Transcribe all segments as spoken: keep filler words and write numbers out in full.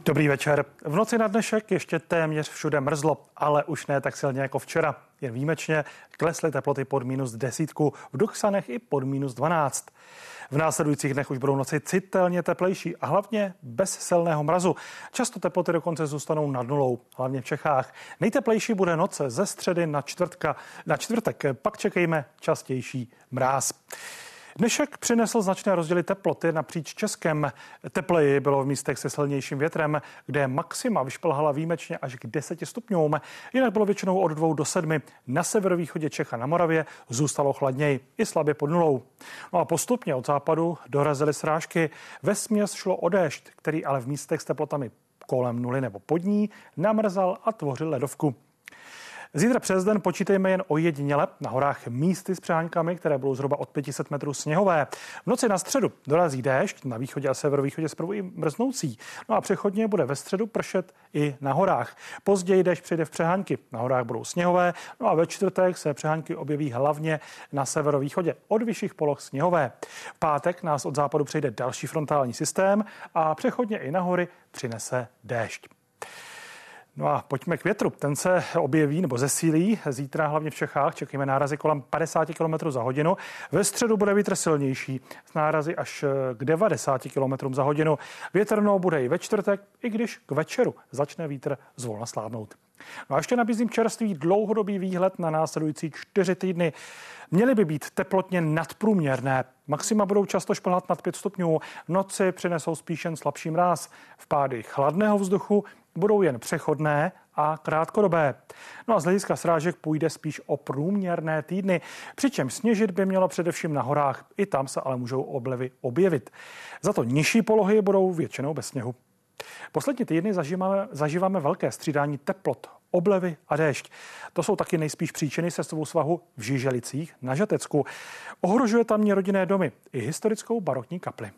Dobrý večer. V noci na dnešek ještě téměř všude mrzlo, ale už ne tak silně jako včera. Jen výjimečně klesly teploty pod minus desítku, v Duchsanech i pod minus dvanáct. V následujících dnech už budou noci citelně teplejší a hlavně bez silného mrazu. Často teploty dokonce zůstanou nad nulou, hlavně v Čechách. Nejteplejší bude noce ze středy na, čtvrtka, na čtvrtek, pak čekejme častější mráz. Dnešek přinesl značné rozdíly teploty napříč Českem. Tepleji bylo v místech se silnějším větrem, kde maxima vyšplhala výjimečně až k deseti stupňům. Jinak bylo většinou od dvou do sedmi. Na severovýchodě Čech a na Moravě zůstalo chladněji, i slabě pod nulou. No a postupně od západu dorazily srážky. Vesměs šlo o déšť, který ale v místech s teplotami kolem nuly nebo pod ní namrzal a tvořil ledovku. Zítra přes den počítejme jen ojediněle, na horách místy s přeháňkami, které budou zhruba od pěti set metrů sněhové. V noci na středu dorazí déšť, na východě a severovýchodě zprvu i mrznoucí. No a přechodně bude ve středu pršet i na horách. Později déšť přijde v přehánky, na horách budou sněhové, no a ve čtvrtek se přehánky objeví hlavně na severovýchodě, od vyšších poloh sněhové. V pátek nás od západu přejde další frontální systém a přechodně i na hory přinese déšť. No a pojďme k větru. Ten se objeví nebo zesílí zítra hlavně v Čechách. Čekejme nárazy kolem padesát kilometrů za hodinu. Ve středu bude vítr silnější s nárazy až k devadesáti kilometrům za hodinu. Větrnou bude i ve čtvrtek, i když k večeru začne vítr zvolna sládnout. No a ještě nabízím čerstvý dlouhodobý výhled na následující čtyři týdny. Měly by být teplotně nadprůměrné. Maxima budou často šplhat nad pět stupňů. V noci přinesou spíš jen slabší mráz. Vpády chladného vzduchu budou jen přechodné a krátkodobé. No a z hlediska srážek půjde spíš o průměrné týdny, přičemž sněžit by mělo především na horách. I tam se ale můžou oblevy objevit. Za to nižší polohy budou většinou bez sněhu. Poslední týdny zažíváme, zažíváme velké střídání teplot, oblevy a déšť. To jsou taky nejspíš příčiny sestovou svahu v Žiželicích na Žatecku. Ohrožuje tamní rodinné domy i historickou barokní kapli.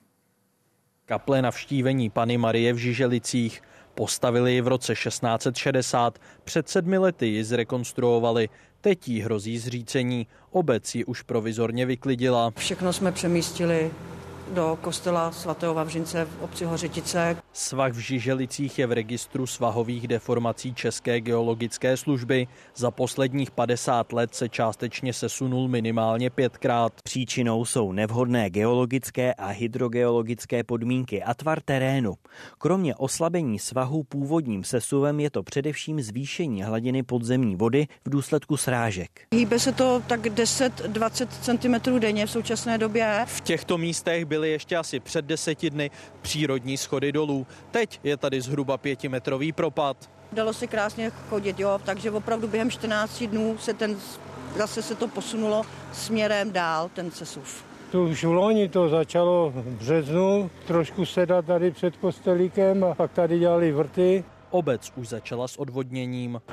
Kaple navštívení Panny Marie v Žiželicích. Postavili ji v roce šestnáct set šedesát, před sedmi lety ji zrekonstruovali. Teď jí hrozí zřícení. Obec ji už provizorně vyklidila. Všechno jsme přemístili do kostela svatého Vavřince v obci Hořetice. Svah v Žiželicích je v registru svahových deformací České geologické služby. Za posledních padesát let se částečně sesunul minimálně pětkrát. Příčinou jsou nevhodné geologické a hydrogeologické podmínky a tvar terénu. Kromě oslabení svahu původním sesuvem je to především zvýšení hladiny podzemní vody v důsledku srážek. Hýbe se to tak deset až dvacet centimetrů denně v současné době. V těchto místech byly ještě asi před deseti dny přírodní schody dolů. Teď je tady zhruba pětimetrový propad. Dalo se krásně chodit, jo, takže opravdu během čtrnácti dnů se ten, zase se to posunulo směrem dál, ten sesuv. To už v loni to začalo v březnu, trošku sedat tady před kostelíkem a pak tady dělali vrty. Obec už začala s odvodněním.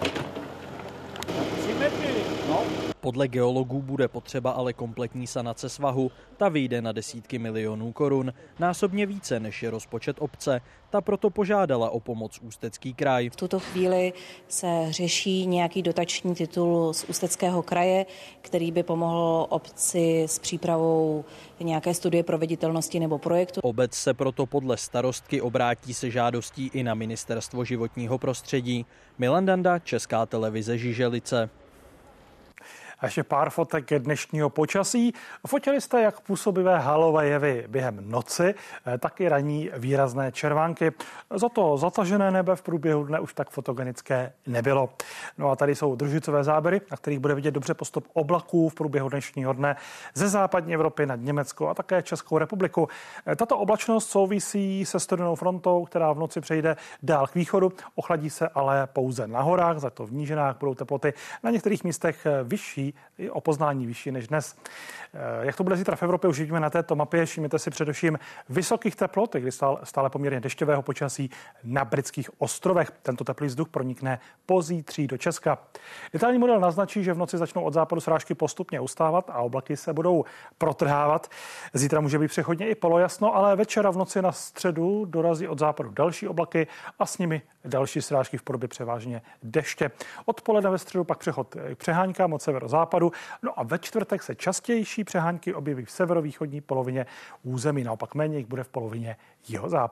Podle geologů bude potřeba ale kompletní sanace svahu. Ta vyjde na desítky milionů korun, násobně více než je rozpočet obce. Ta proto požádala o pomoc Ústecký kraj. V tuto chvíli se řeší nějaký dotační titul z Ústeckého kraje, který by pomohl obci s přípravou nějaké studie proveditelnosti nebo projektu. Obec se proto podle starostky obrátí se žádostí i na Ministerstvo životního prostředí. Milan Danda, Česká televize Žiželice. A ještě pár fotek dnešního počasí. Fotili jste jak působivé halové jevy během noci, tak i ranní výrazné červánky. Za to zatažené nebe v průběhu dne už tak fotogenické nebylo. No a tady jsou družicové záběry, na kterých bude vidět dobře postup oblaků v průběhu dnešního dne ze západní Evropy nad Německo a také Českou republiku. Tato oblačnost souvisí se studenou frontou, která v noci přejde dál k východu. Ochladí se ale pouze na horách, za to v nížinách budou teploty na některých místech vyšší, i o poznání vyšší než dnes. Jak to bude zítra v Evropě, už vidíme na této mapě. Všimněte si především vysokých teplot, kdy stále, stále poměrně dešťového počasí na britských ostrovech. Tento teplý vzduch pronikne pozítří do Česka. Detailní model naznačí, že v noci začnou od západu srážky postupně ustávat a oblaky se budou protrhávat. Zítra může být přechodně i polojasno, ale večera v noci na středu dorazí od západu další oblaky a s nimi další srážky v podobě převážně deště. Odpoledne ve středu pak přechod k přeháňkám od severozápadu. No a ve čtvrtek se častější přehánky objeví v severovýchodní polovině území. Naopak méně jich bude v polovině jihozápadní.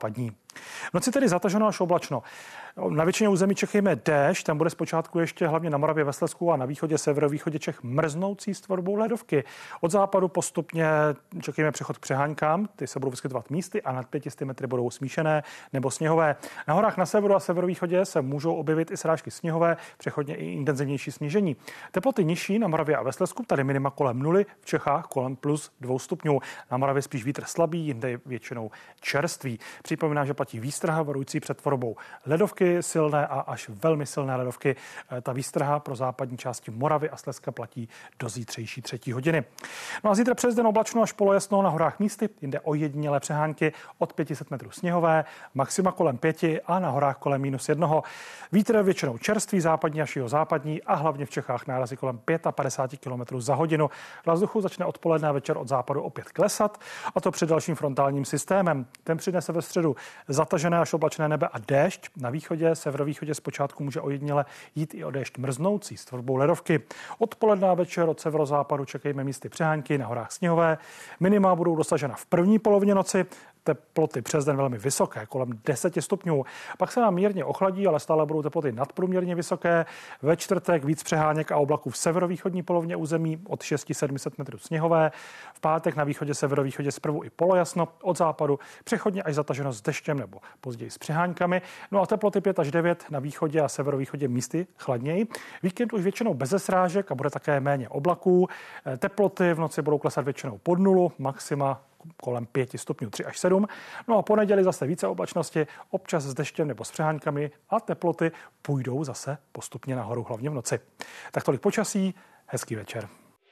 V noci tedy zataženo až oblačno. Na většině území čekejme déšť, tam bude zpočátku ještě hlavně na Moravě, ve Slezsku a na východě, severovýchodě Čech mrznoucí s tvorbou ledovky. Od západu postupně čekejme přechod k přeháňkám, ty se budou vyskytovat místy a nad pěti metry budou smíšené nebo sněhové. Na horách na severu a severovýchodě se můžou objevit i srážky sněhové, přechodně i intenzivnější snížení. Teploty nižší na Moravě a ve Slezsku, tady minima kolem nuly, v Čechách kolem plus dvou stupňů. Na Moravě spíš vítr slabý, jinde většinou čerstvý. Připomínám, že platí výstraha varující před tvorbou ledovky, silné a až velmi silné ledovky. Ta výstraha pro západní části Moravy a Slezska platí do zítřejší třetí hodiny. No a zítra přes den oblačno až polojasno, na horách místy, jinde ojedinělé přehánky od pěti set metrů sněhové, maxima kolem pěti a na horách kolem minus jednoho. Vítr většinou čerstvý, západní až jihozápadní a hlavně v Čechách nárazy kolem padesát pět kilometrů za hodinu. Hlas vzduchu začne odpoledne a večer od západu opět klesat, a to před dalším frontálním systémem. Ten přinese ve středu zatažené až oblačné nebe a déšť. Na východě, severovýchodě zpočátku může ojediněle jít i o déšť mrznoucí s tvorbou ledovky. Odpoledne a večer od severozápadu čekejme místy přehánky, na horách sněhové. Minima budou dosažena v první polovině noci. Teploty přes den velmi vysoké, kolem deseti stupňů. Pak se nám mírně ochladí, ale stále budou teploty nadprůměrně vysoké. Ve čtvrtek víc přeháněk a oblaků v severovýchodní polovině území od šest set sedm set metrů sněhové. V pátek na východě, severovýchodě zprvu i polojasno, od západu přechodně až zataženo s deštěm nebo později s přeháňkami. No a teploty pět až devět na východě a severovýchodě místy chladněji. Víkend už většinou bez srážek a bude také méně oblaků. Teploty v noci budou klesat většinou pod nulu, maxima kolem pěti stupňů, tři až sedm. No a po neděli zase více oblačnosti, občas s deštěm nebo s přeháňkami a teploty půjdou zase postupně nahoru, hlavně v noci. Tak tolik počasí, hezký večer.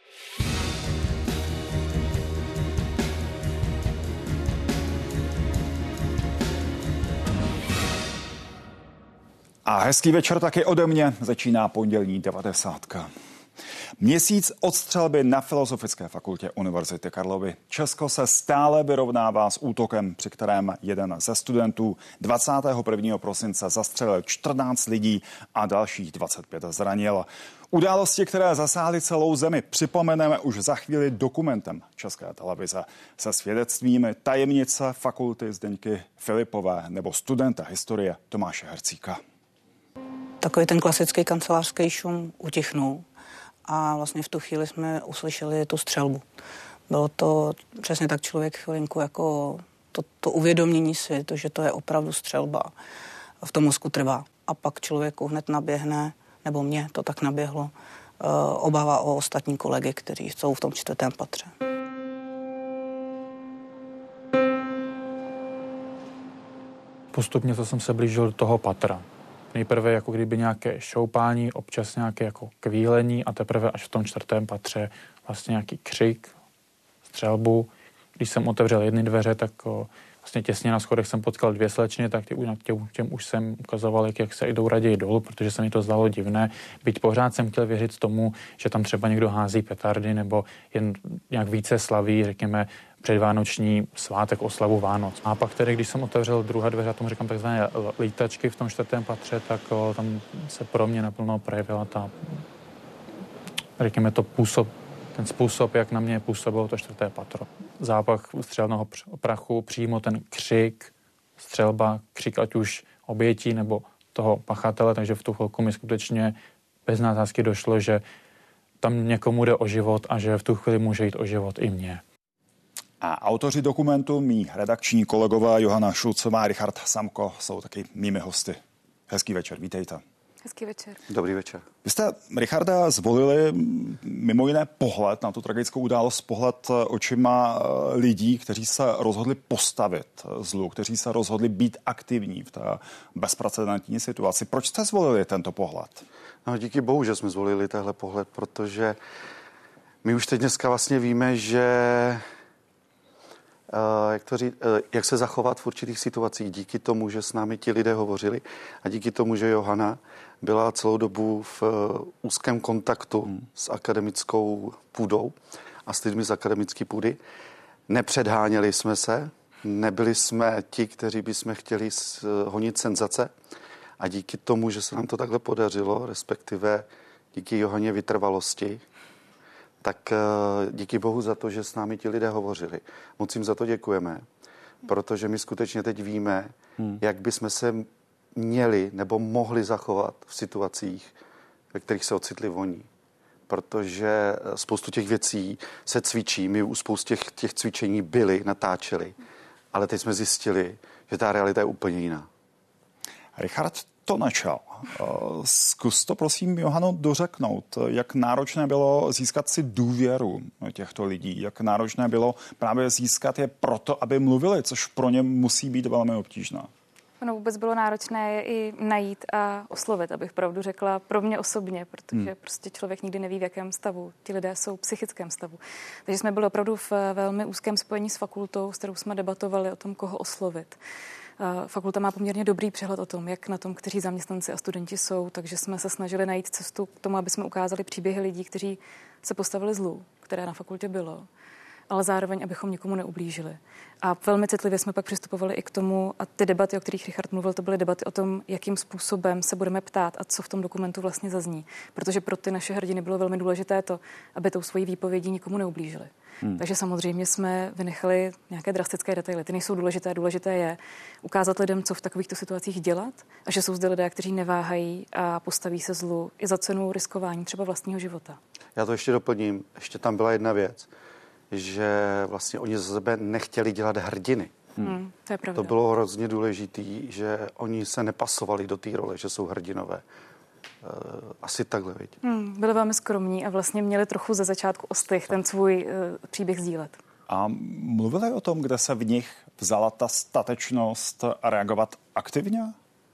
A hezký večer taky ode mě, začíná pondělní devadesátka. Měsíc od střelby na Filozofické fakultě Univerzity Karlovy. Česko se stále vyrovnává s útokem, při kterém jeden ze studentů dvacátého prvního prosince zastřelil čtrnáct lidí a dalších dvacet pět zranil. Události, které zasáhly celou zemi, připomeneme už za chvíli dokumentem České televize se svědectvími tajemnice fakulty Zdeňky Filipové nebo studenta historie Tomáše Hercíka. Takový ten klasický kancelářský šum utichnul. A vlastně v tu chvíli jsme uslyšeli tu střelbu. Bylo to přesně tak, člověk chvilinku jako to, to uvědomění si, to, že to je opravdu střelba, v tom mozku trvá. A pak člověku hned naběhne, nebo mě to tak naběhlo, uh, obava o ostatní kolegy, kteří jsou v tom čtvrtém patře. Postupně to jsem se blížil do toho patra. Nejprve jako kdyby nějaké šoupání, občas nějaké jako kvílení a teprve až v tom čtvrtém patře vlastně nějaký křik, střelbu. Když jsem otevřel jedny dveře, tak o, vlastně těsně na schodech jsem potkal dvě slečny, tak ty, těm, těm už jsem ukazoval, jak, jak se jdou raději dolů, protože se mi to zdalo divné. Byť pořád jsem chtěl věřit tomu, že tam třeba někdo hází petardy nebo jen nějak více slaví, řekněme, předvánoční svátek, oslavu Vánoc. A pak tedy, když jsem otevřel druhé dveře, tomu říkám takzvané lítačky v tom čtvrtém patře, tak o, tam se pro mě naplno projevila ta, řekněme, to působ, ten způsob, jak na mě působilo to čtvrté patro. Zápach střelného prachu, přímo ten křik, střelba, křik ať už obětí nebo toho pachatele, takže v tu chvilku mi skutečně bez nadsázky došlo, že tam někomu jde o život a že v tu chvíli může jít o život i mně. A autoři dokumentu, mý redakční kolegové Johana Šulcová a Richard Samko jsou taky mými hosty. Hezký večer, vítejte. Hezký večer. Dobrý večer. Vy jste, Richarda, zvolili mimo jiné pohled na tu tragickou událost, pohled očima lidí, kteří se rozhodli postavit zlu, kteří se rozhodli být aktivní v té bezprecedentní situaci. Proč jste zvolili tento pohled? No, díky bohu, že jsme zvolili tenhle pohled, protože my už teď dneska vlastně víme, že Uh, jak, to říct, uh, jak se zachovat v určitých situacích díky tomu, že s námi ti lidé hovořili a díky tomu, že Johana byla celou dobu v uh, úzkém kontaktu hmm. s akademickou půdou a s lidmi z akademické půdy. Nepředháněli jsme se, nebyli jsme ti, kteří bychom chtěli s, uh, honit senzace a díky tomu, že se nám to takhle podařilo, respektive díky Johaně vytrvalosti, tak díky bohu za to, že s námi ti lidé hovořili. Moc jim za to děkujeme, protože my skutečně teď víme, hmm. jak bychom se měli nebo mohli zachovat v situacích, ve kterých se ocitli oni. Protože spoustu těch věcí se cvičí, my u spoustu těch, těch cvičení byli, natáčeli, ale teď jsme zjistili, že ta realita je úplně jiná. Richard to načal. Zkus to prosím, Johano, dořeknout, jak náročné bylo získat si důvěru těchto lidí, jak náročné bylo právě získat je proto, aby mluvili, což pro ně musí být velmi obtížné. Ono vůbec bylo náročné je i najít a oslovit, abych pravdu řekla, pro mě osobně, protože hmm. prostě člověk nikdy neví, v jakém stavu. Ti lidé jsou v psychickém stavu. Takže jsme byli opravdu v velmi úzkém spojení s fakultou, s kterou jsme debatovali o tom, koho oslovit. Fakulta má poměrně dobrý přehled o tom, jak na tom, kteří zaměstnanci a studenti jsou, takže jsme se snažili najít cestu k tomu, aby jsme ukázali příběhy lidí, kteří se postavili zlu, které na fakultě bylo, ale zároveň, abychom nikomu neublížili. A velmi citlivě jsme pak přistupovali i k tomu, a ty debaty, o kterých Richard mluvil, to byly debaty o tom, jakým způsobem se budeme ptát a co v tom dokumentu vlastně zazní. Protože pro ty naše hrdiny bylo velmi důležité to, aby tou svojí výpovědí nikomu neublížili. Hmm. Takže samozřejmě jsme vynechali nějaké drastické detaily. Ty nejsou důležité. Důležité je ukázat lidem, co v takovýchto situacích dělat a že jsou zde lidé, kteří neváhají a postaví se zlu i za cenu riskování třeba vlastního života. Já to ještě doplním. Ještě tam byla jedna věc, že vlastně oni ze sebe nechtěli dělat hrdiny. Hmm, to je pravda. To bylo hrozně důležitý, že oni se nepasovali do té role, že jsou hrdinové. Asi takhle, viď? Hmm, byli velmi skromní a vlastně měli trochu ze začátku ostych ten svůj uh, příběh sdílet. A mluvili o tom, kde se v nich vzala ta statečnost reagovat aktivně?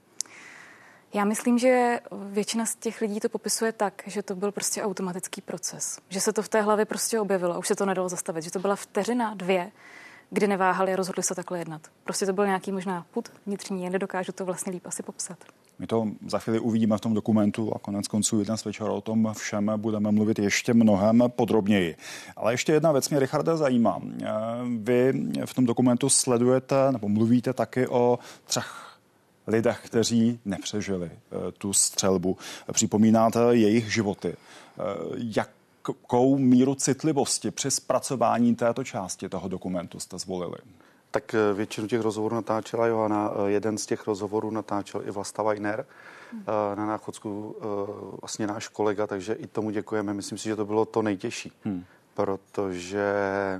Já myslím, že většina z těch lidí to popisuje tak, že to byl prostě automatický proces. Že se to v té hlavě prostě objevilo a už se to nedalo zastavit. Že to byla vteřina, dvě, kdy neváhali a rozhodli se takhle jednat. Prostě to byl nějaký možná pud vnitřní, já nedokážu to vlastně líp asi popsat. My to za chvíli uvidíme v tom dokumentu a konec konců dnes večer o tom všem budeme mluvit ještě mnohem podrobněji. Ale ještě jedna věc mě, Richarde, zajímá. Vy v tom dokumentu sledujete nebo mluvíte taky o třech lidech, kteří nepřežili tu střelbu. Připomínáte jejich životy. Jakou míru citlivosti při zpracování této části toho dokumentu jste zvolili? Tak většinu těch rozhovorů natáčela Johana. Jeden z těch rozhovorů natáčel i Vlasta Weiner hmm. na Náchodsku, vlastně náš kolega, takže i tomu děkujeme. Myslím si, že to bylo to nejtěžší, hmm. protože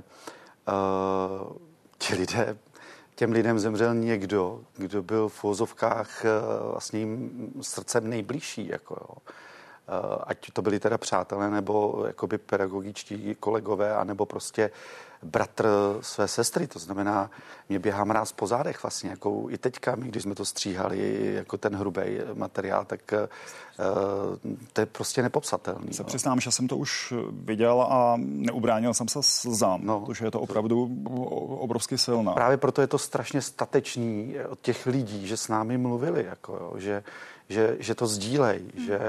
uh, ti lidé, těm lidem zemřel někdo, kdo byl v uvozovkách uh, vlastně jim srdcem nejbližší, jako jo. Uh, ať to byli teda přátelé, nebo jakoby pedagogičtí kolegové, anebo prostě bratr své sestry, to znamená, mě běhá mráz po zádech vlastně, jako i teďka, my, když jsme to stříhali, jako ten hrubý materiál, tak uh, to je prostě nepopsatelný. Se přiznám, že jsem to už viděl a neubránil jsem se slzám, no, protože je to opravdu obrovsky silné. Právě proto je to strašně statečný od těch lidí, že s námi mluvili, jako jo, že, že, že to sdílej, hmm. že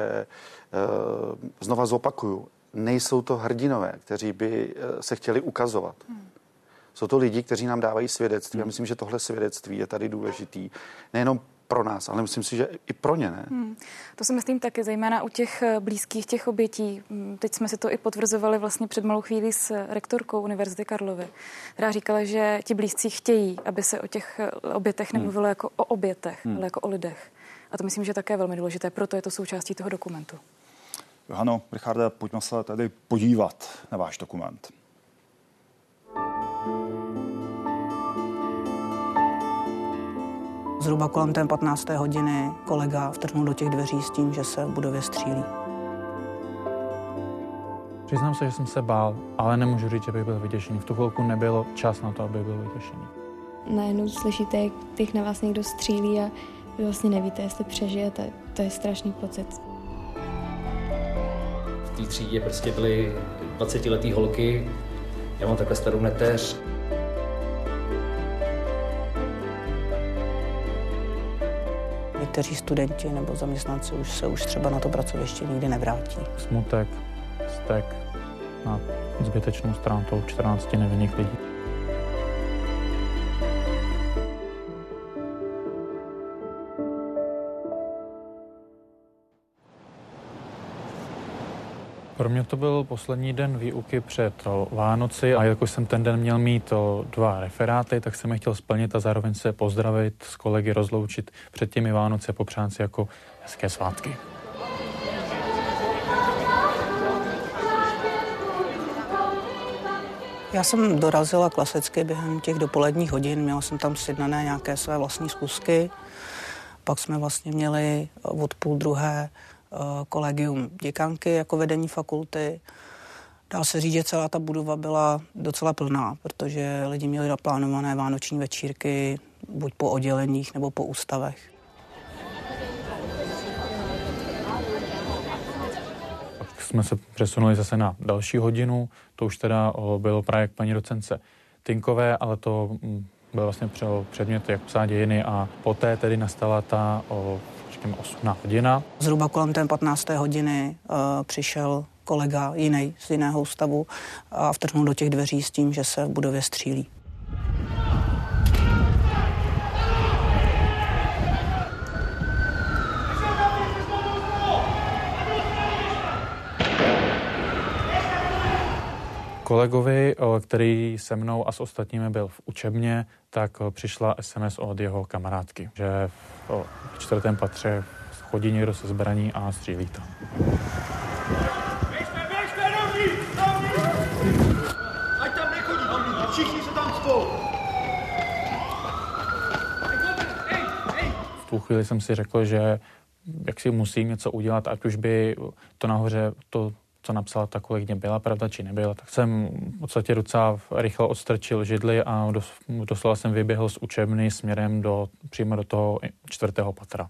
uh, znova zopakuju, nejsou to hrdinové, kteří by se chtěli ukazovat. Hmm. Jsou to lidi, kteří nám dávají svědectví. Hmm. Já myslím, že tohle svědectví je tady důležitý. Nejenom pro nás, ale myslím si, že i pro ně, ne? Hmm. To si myslím taky, zejména u těch blízkých těch obětí. Teď jsme si to i potvrzovali vlastně před malou chvílí s rektorkou Univerzity Karlovy, která říkala, že ti blízcí chtějí, aby se o těch obětech nemluvilo hmm. jako o obětech, hmm. ale jako o lidech. A to myslím, že také je velmi důležité, proto je to součástí toho dokumentu. Johano, Richarde, pojďme se tady podívat na váš dokument. Zhruba kolem té patnácté hodiny kolega vtrhnul do těch dveří s tím, že se v budově střílí. Přiznám se, že jsem se bál, ale nemůžu říct, že bych byl vyděšený. V tu chvilku nebylo čas na to, aby byl vyděšený. Najednou slyšíte, jak těch na vás někdo střílí a vy vlastně nevíte, jestli přežijete. To je strašný pocit. V té třídě prostě byly dvacetiletý holky, já mám takhle starou neteř. Někteří studenti nebo zaměstnanci už se už třeba na to pracoviště nikdy nevrátí. Smutek, vztek na zbytečnou ztrátou čtrnácti nevinných lidí. Pro mě to byl poslední den výuky před Vánoci a jakož jsem ten den měl mít dva referáty, tak jsem je chtěl splnit a zároveň se pozdravit, s kolegy rozloučit před těmi Vánoci a popřát si jako hezké svátky. Já jsem dorazila klasicky během těch dopoledních hodin, měla jsem tam sjednané nějaké své vlastní schůzky, pak jsme vlastně měli od půl druhé kolegium děkanky jako vedení fakulty. Dá se říct, že celá ta budova byla docela plná, protože lidi měli naplánované vánoční večírky buď po odděleních nebo po ústavech. Pak jsme se přesunuli zase na další hodinu, to už teda bylo právě k paní docence Tinkové, ale to byl vlastně předmět, jak psát dějiny a poté tedy nastala ta o, řekněme, osmá hodina. Zhruba kolem té patnácté hodiny uh, přišel kolega jiný z jiného ústavu a vtrhnul do těch dveří s tím, že se v budově střílí. Kolegovi, který se mnou a s ostatními byl v učebně, tak přišla es em es od jeho kamarádky, že v čtvrtém patře chodí někdo se zbraní a střílí tam. Běžte, běžte, rovní, rovní! Ať tam nechodí, všichni se tam spolu. V tu chvíli jsem si řekl, že jak si musím něco udělat, ať už by to nahoře to co napsala ta kolegyně, byla pravda či nebyla, tak jsem v podstatě docela rychle odstrčil židli a dos, doslova jsem vyběhl z učebny směrem do, přímo do toho čtvrtého patra.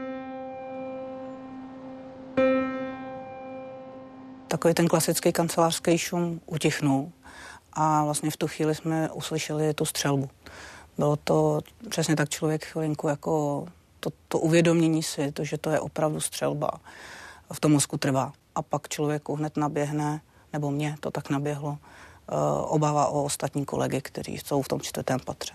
Takový ten klasický kancelářský šum utichnul a vlastně v tu chvíli jsme uslyšeli tu střelbu. Bylo to přesně tak, člověk chvilinku jako to, to uvědomění si, to, že to je opravdu střelba, v tom mozku trvá. A pak člověku hned naběhne, nebo mě to tak naběhlo, uh, obava o ostatní kolegy, kteří jsou v tom čtvrtém patře.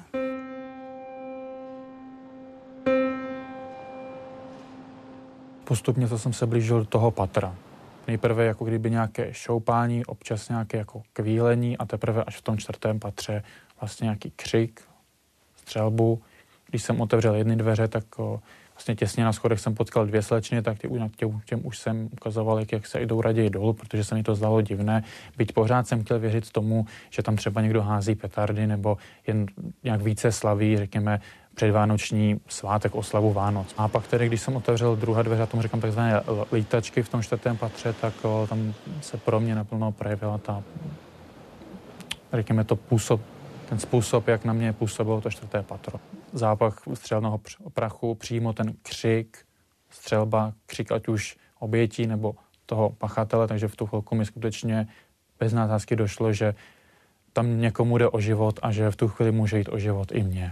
Postupně to jsem se blížil do toho patra. Nejprve jako kdyby nějaké šoupání, občas nějaké jako kvílení a teprve až v tom čtvrtém patře vlastně nějaký křik, střelbu. Když jsem otevřel jedny dveře, tak o, vlastně těsně na schodech jsem potkal dvě slečny, tak tě, těm, těm už jsem ukazoval, jak, jak se jdou raději dolů, protože se mi to zdalo divné. Byť pořád jsem chtěl věřit tomu, že tam třeba někdo hází petardy nebo jen nějak více slaví, řekněme, předvánoční svátek, oslavu Vánoc. A pak tedy, když jsem otevřel druhé dveře, a tomu říkám takzvané lítačky v tom čtvrtém patře, tak o, tam se pro mě naplno projevila ta, řekněme, to působ, ten způsob, jak na mě působilo to čtvrté patro. Zápach střelného prachu, přímo ten křik, střelba, křik ať už obětí nebo toho pachatele, takže v tu chvilku mi skutečně bez nadsázky došlo, že tam někomu jde o život a že v tu chvíli může jít o život i mně.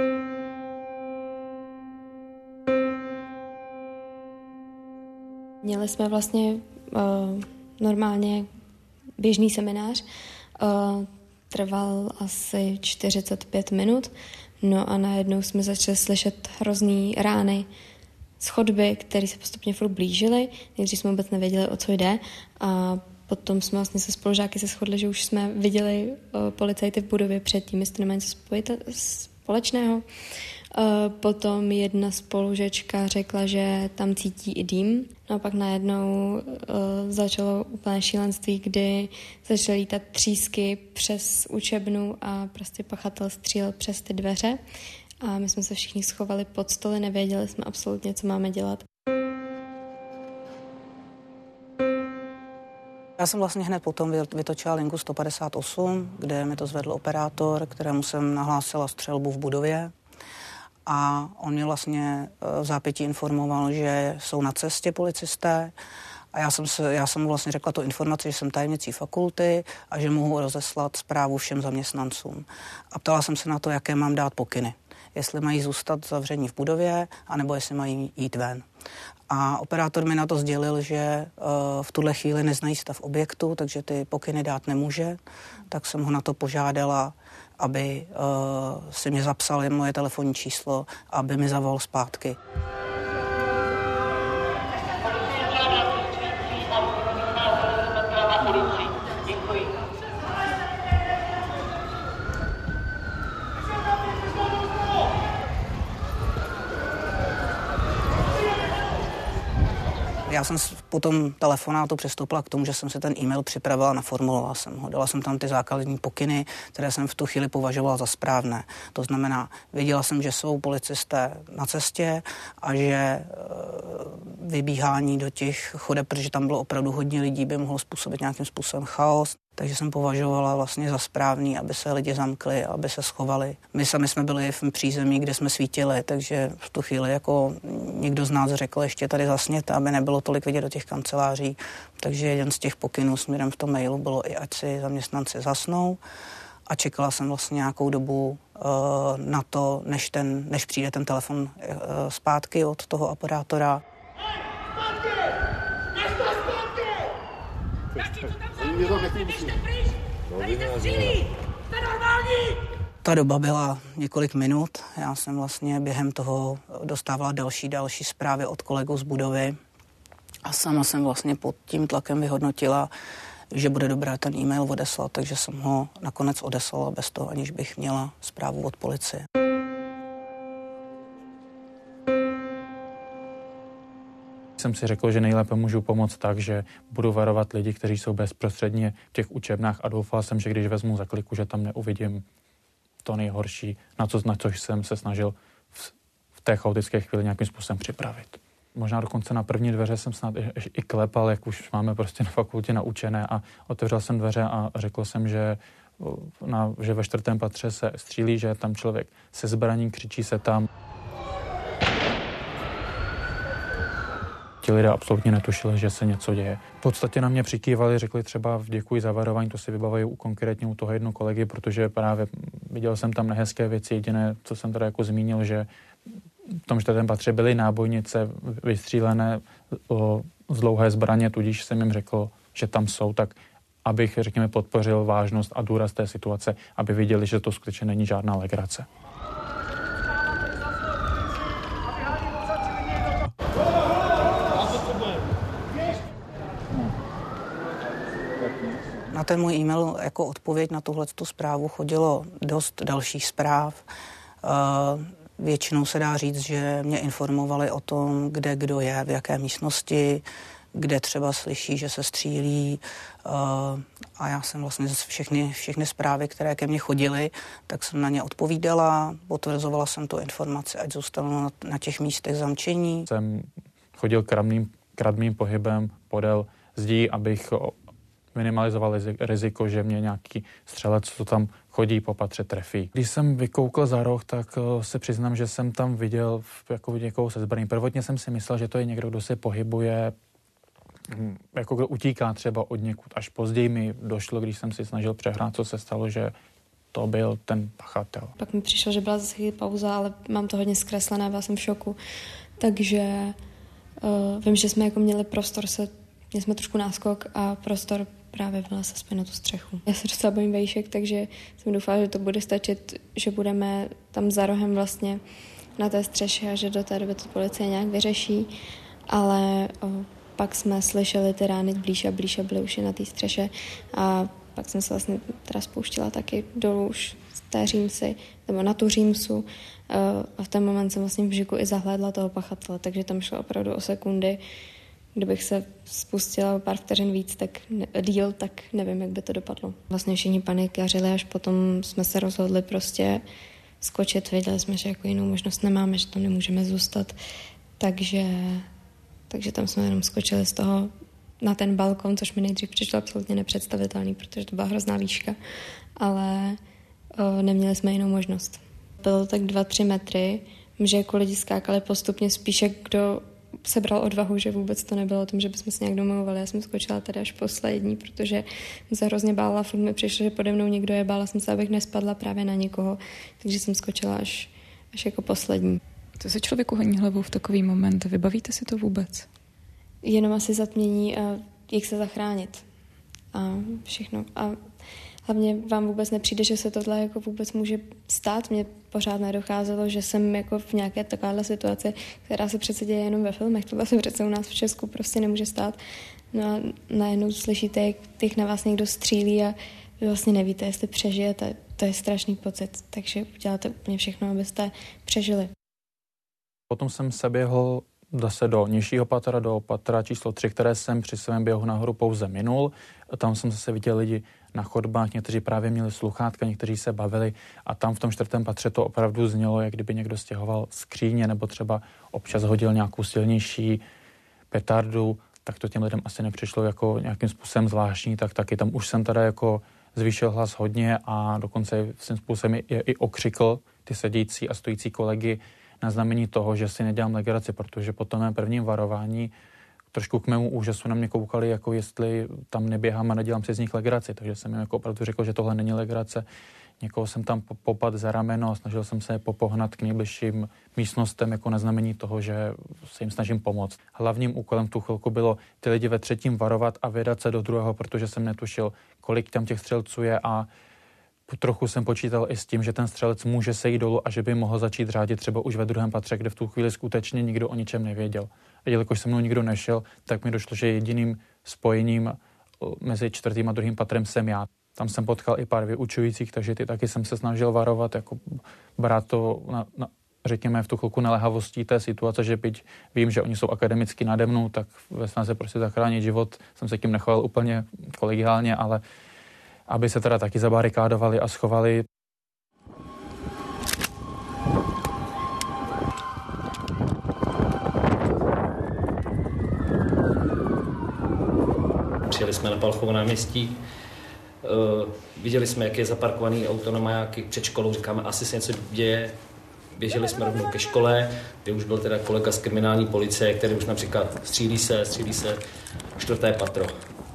Měli jsme vlastně uh, normálně běžný seminář, uh, trval asi čtyřicet pět minut, no a najednou jsme začali slyšet hrozný rány z chodby, které se postupně furt blížily. Nejdřív jsme vůbec nevěděli, o co jde a potom jsme vlastně se spolužáky se shodli, že už jsme viděli uh, policajty v budově předtím, jestli to nemá něco společného. Uh, potom jedna spolužečka řekla, že tam cítí i dým. No a pak najednou uh, začalo úplné šílenství, kdy začaly lítat třísky přes učebnu a prostě pachatel střílel přes ty dveře. A my jsme se všichni schovali pod stoly, nevěděli jsme absolutně, co máme dělat. Já jsem vlastně hned potom vytočila linku sto padesát osm, kde mi to zvedl operátor, kterému jsem nahlásila střelbu v budově. A on mě vlastně v zápětí informoval, že jsou na cestě policisté a já jsem, se, já jsem mu vlastně řekla tu informaci, že jsem tajemnicí fakulty a že mohu rozeslat zprávu všem zaměstnancům. A ptala jsem se na to, jaké mám dát pokyny. Jestli mají zůstat zavření v budově, anebo jestli mají jít ven. A operátor mi na to sdělil, že uh, v tuhle chvíli neznají stav objektu, takže ty pokyny dát nemůže. Tak jsem ho na to požádala, aby uh, si mě zapsali moje telefonní číslo, aby mi zavolal zpátky. Já jsem po tom telefonátu přistoupila k tomu, že jsem si ten e-mail připravila, naformulovala jsem ho. Dala jsem tam ty základní pokyny, které jsem v tu chvíli považovala za správné. To znamená, věděla jsem, že jsou policisté na cestě a že vybíhání do těch chodeb, protože tam bylo opravdu hodně lidí, by mohlo způsobit nějakým způsobem chaos. Takže jsem považovala vlastně za správný, aby se lidi zamkli, aby se schovali. My sami jsme byli v přízemí, kde jsme svítili, takže v tu chvíli jako někdo z nás řekl, ještě tady zasněte, aby nebylo tolik vidět do těch kanceláří. Takže jeden z těch pokynů směrem v tom mailu bylo i ať si zaměstnanci zasnou. A čekala jsem vlastně nějakou dobu uh, na to, než, ten, než přijde ten telefon uh, zpátky od toho operátora. Ta doba byla několik minut. Já jsem vlastně během toho dostávala další, další zprávy od kolegů z budovy a sama jsem vlastně pod tím tlakem vyhodnotila, že bude dobré ten e-mail odeslat, takže jsem ho nakonec odeslala bez toho, aniž bych měla zprávu od policie. Jsem si řekl, že nejlépe můžu pomoct tak, že budu varovat lidi, kteří jsou bezprostředně v těch učebnách a doufal jsem, že když vezmu za kliku, že tam neuvidím to nejhorší, na, co, na což jsem se snažil v, v té chaotické chvíli nějakým způsobem připravit. Možná dokonce na první dveře jsem snad i, i klepal, jak už máme prostě na fakultě naučené a otevřel jsem dveře a řekl jsem, že, na, že ve čtvrtém patře se střílí, že je tam člověk se zbraní, křičí se tam. Ti lidé absolutně netušili, že se něco děje. V podstatě na mě přikývali, řekli třeba děkuji za varování, to si vybavují u konkrétně u toho jednoho kolegy, protože právě viděl jsem tam nehezké věci. Jediné, co jsem teda jako zmínil, že v tom čtvrtém patře byly nábojnice vystřílené o, z dlouhé zbraně, tudíž jsem jim řekl, že tam jsou, tak abych, řekněme, podpořil vážnost a důraz té situace, aby viděli, že to skutečně není žádná legrace. Na ten můj e-mail jako odpověď na tuhletu zprávu chodilo dost dalších zpráv. Většinou se dá říct, že mě informovali o tom, kde kdo je, v jaké místnosti, kde třeba slyší, že se střílí. A já jsem vlastně všechny, všechny zprávy, které ke mně chodily, tak jsem na ně odpovídala, potvrzovala jsem tu informaci, ať zůstanu na, na těch místech zamčení. Jsem chodil kradným, kradným pohybem podél zdí, abych minimalizoval riziko, že mě nějaký střelec, co tam chodí po patře, trefí. Když jsem vykoukl za roh, tak se přiznám, že jsem tam viděl jako někoho se zbraní. Prvotně jsem si myslel, že to je někdo, kdo se pohybuje, jako kdo utíká třeba od někud. Až později mi došlo, když jsem si snažil přehrát, co se stalo, že to byl ten pachatel. Pak mi přišlo, že byla zase pauza, ale mám to hodně zkreslené, byla jsem v šoku. Takže uh, vím, že jsme jako měli prostor se, měli jsme trošku náskok a prostor právě byla se spět na tu střechu. Já se docela bojím vejšek, takže jsem doufala, že to bude stačit, že budeme tam za rohem vlastně na té střeše a že do té doby to policie nějak vyřeší, ale o, pak jsme slyšeli ty rány blíž a blíž a byly už na té střeše a pak jsem se vlastně teda spouštila taky dolů už z té římsy, nebo na tu římsu a v ten moment jsem vlastně v žiku i zahlédla toho pachatele, takže tam šlo opravdu o sekundy. Kdybych se spustila o pár vteřin víc, tak ne, díl, tak nevím, jak by to dopadlo. Vlastně všichni panikařili, až potom jsme se rozhodli prostě skočit. Věděli jsme, že jako jinou možnost nemáme, že tam nemůžeme zůstat. Takže, takže tam jsme jenom skočili z toho na ten balkon, což mi nejdřív přišlo absolutně nepředstavitelný, protože to byla hrozná výška, ale o, neměli jsme jinou možnost. Bylo to tak dva, tři metry, že jako lidi skákali postupně spíše, kdo sebral odvahu, že vůbec to nebylo o tom, že bychom se nějak domluvali. Já jsem skočila tady až poslední, protože jsem se hrozně bála, furt mi přišlo, že pode mnou někdo je, bála jsem se, abych nespadla právě na někoho, takže jsem skočila až, až jako poslední. Co se člověku honí hlavou v takový moment? Vybavíte si to vůbec? Jenom asi zatmění a jak se zachránit. A všechno. A hlavně vám vůbec nepřijde, že se tohle jako vůbec může stát. Mně pořád nedocházelo, že jsem jako v nějaké takovéhle situaci, která se přece děje jenom ve filmech. Tohle se přece u nás v Česku prostě nemůže stát. No a najednou slyšíte, jak těch na vás někdo střílí a vy vlastně nevíte, jestli přežijete. To je strašný pocit, takže uděláte úplně všechno, abyste přežili. Potom jsem se běhl zase do nižšího patra, do patra číslo tři, které jsem při svém běhu nahoru pouze minul. Tam jsem zase viděl lidi na chodbách, někteří právě měli sluchátka, někteří se bavili a tam v tom čtvrtém patře to opravdu znělo, jak kdyby někdo stěhoval skříně nebo třeba občas hodil nějakou silnější petardu, tak to těm lidem asi nepřišlo jako nějakým způsobem zvláštní, tak taky tam už jsem teda jako zvýšil hlas hodně a dokonce svým způsobem je i okřikl ty sedící a stojící kolegy na znamení toho, že si nedělám legraci, protože po tom mém prvním varování trošku k mému úžasu na mě koukali, jako jestli tam neběhám a nedělám si z nich legraci, takže jsem jim jako opravdu řekl, že tohle není legrace. Někoho jsem tam popadl za rameno a snažil jsem se popohnat k nejbližším místnostem jako na znamení toho, že se jim snažím pomoct. Hlavním úkolem v tu chvilku bylo ty lidi ve třetím varovat a vydat se do druhého, protože jsem netušil, kolik tam těch střelců je a trochu jsem počítal i s tím, že ten střelec může sejít dolů a že by mohl začít řádit třeba už ve druhém patře, kde v tu chvíli skutečně nikdo o ničem nevěděl. A jelikož se mnou nikdo nešel, tak mi došlo, že jediným spojením mezi čtvrtým a druhým patrem jsem já. Tam jsem potkal i pár vyučujících, takže ty taky jsem se snažil varovat, jako brát to, na, na, řekněme, v tu chvilku naléhavostí té situace, že byť vím, že oni jsou akademicky nade mnou, tak ve snaze prostě zachránit život jsem se tím nechoval úplně kolegiálně, ale aby se teda taky zabarikádovali a schovali. Přijeli jsme na Palchovo náměstí, uh, viděli jsme, jak je zaparkovaný auto na majáky před školou, říkáme, asi se něco děje. Běželi jsme rovnou ke škole, kde už byl teda kolega z kriminální policie, který už nám říkal, střílí se, střílí se, čtvrté patro.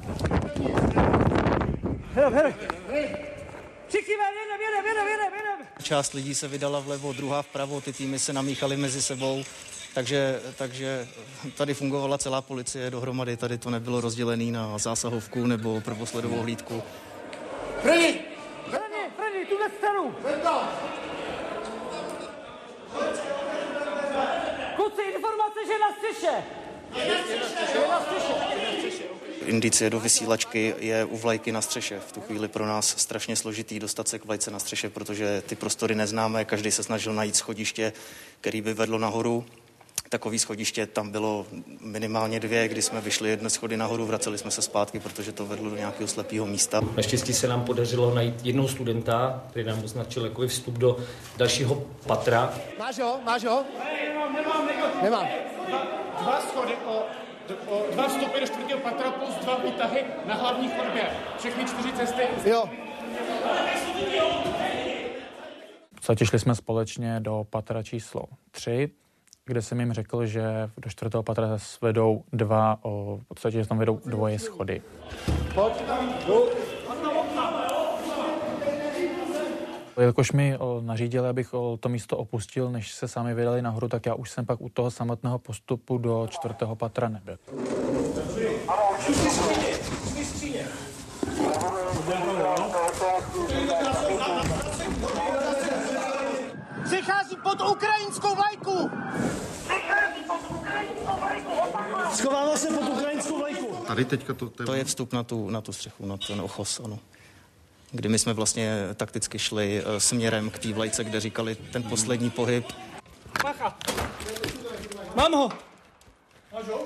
Část lidí se vydala vlevo, druhá vpravo, ty týmy se namíchaly mezi sebou, takže, takže tady fungovala celá policie dohromady, tady to nebylo rozdělené na zásahovku nebo prvosledovou hlídku. První! První, první, tuhle stranu! Kluci, informace, že na střeše! Je na střeše! Je na střeše! Indicie do vysílačky je u vlajky na střeše. V tu chvíli pro nás strašně složitý dostat se k vlajce na střeše, protože ty prostory neznáme, každý se snažil najít schodiště, který by vedlo nahoru. Takový schodiště tam bylo minimálně dvě, kdy jsme vyšli jedné schody nahoru, vraceli jsme se zpátky, protože to vedlo do nějakého slepého místa. Naštěstí se nám podařilo najít jednoho studenta, který nám označil jako vstup do dalšího patra. Máš ho? Máš ho? Ne, nemám, nemám, nemám. Nemám. Dva, dva schody o, o dva vstupy do čtvrtého patra plus dva útahy na hlavní chodbě. Všechny čtyři cesty. Jo. Zatišli jsme společně do patra číslo tři, kde jsem jim řekl, že do čtvrtého patra vedou dva, o, v podstatě, že tam vedou dvoje schody. Jelikož mi o, nařídili, abych o, to místo opustil, než se sami vydali nahoru, tak já už jsem pak u toho samotného postupu do čtvrtého patra nebyl. Přichází pod ukrajinskou vlajku! Schováme se pod ukrajinskou vlajku. Tady teďka to... To je vstup na tu, na tu střechu, na ten ochos, ano. Kdy my jsme vlastně takticky šli uh, směrem k té vlajce, kde říkali ten poslední pohyb. Pacha! Mám ho! Máš ho?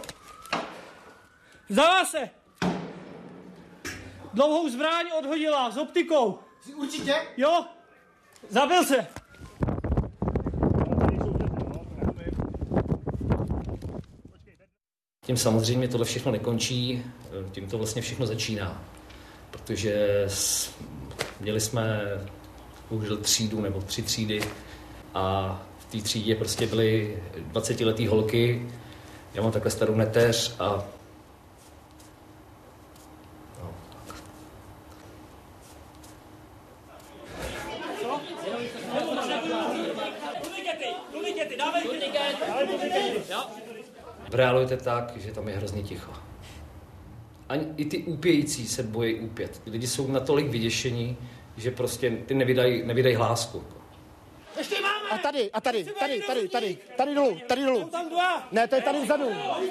Vzala se! Dlouhou zbraň odhodila s optikou. Určitě? Jo! Zabil se! Tím samozřejmě tohle všechno nekončí, tím to vlastně všechno začíná, protože měli jsme bohužel třídu nebo tři třídy a v té třídě prostě byly dvacetiletý holky, já mám takhle starou neteř a no. V reálu je to tak, že tam je hrozně ticho. Ani i ty úpějící se bojí úpět. Ty lidi jsou natolik vyděšení, že prostě ty nevydají, nevydají hlásku. Ještě máme! A tady, a tady, tady, tady, tady, tady dolů, tady dolů. Tam dva. Ne, to je tady vzadu.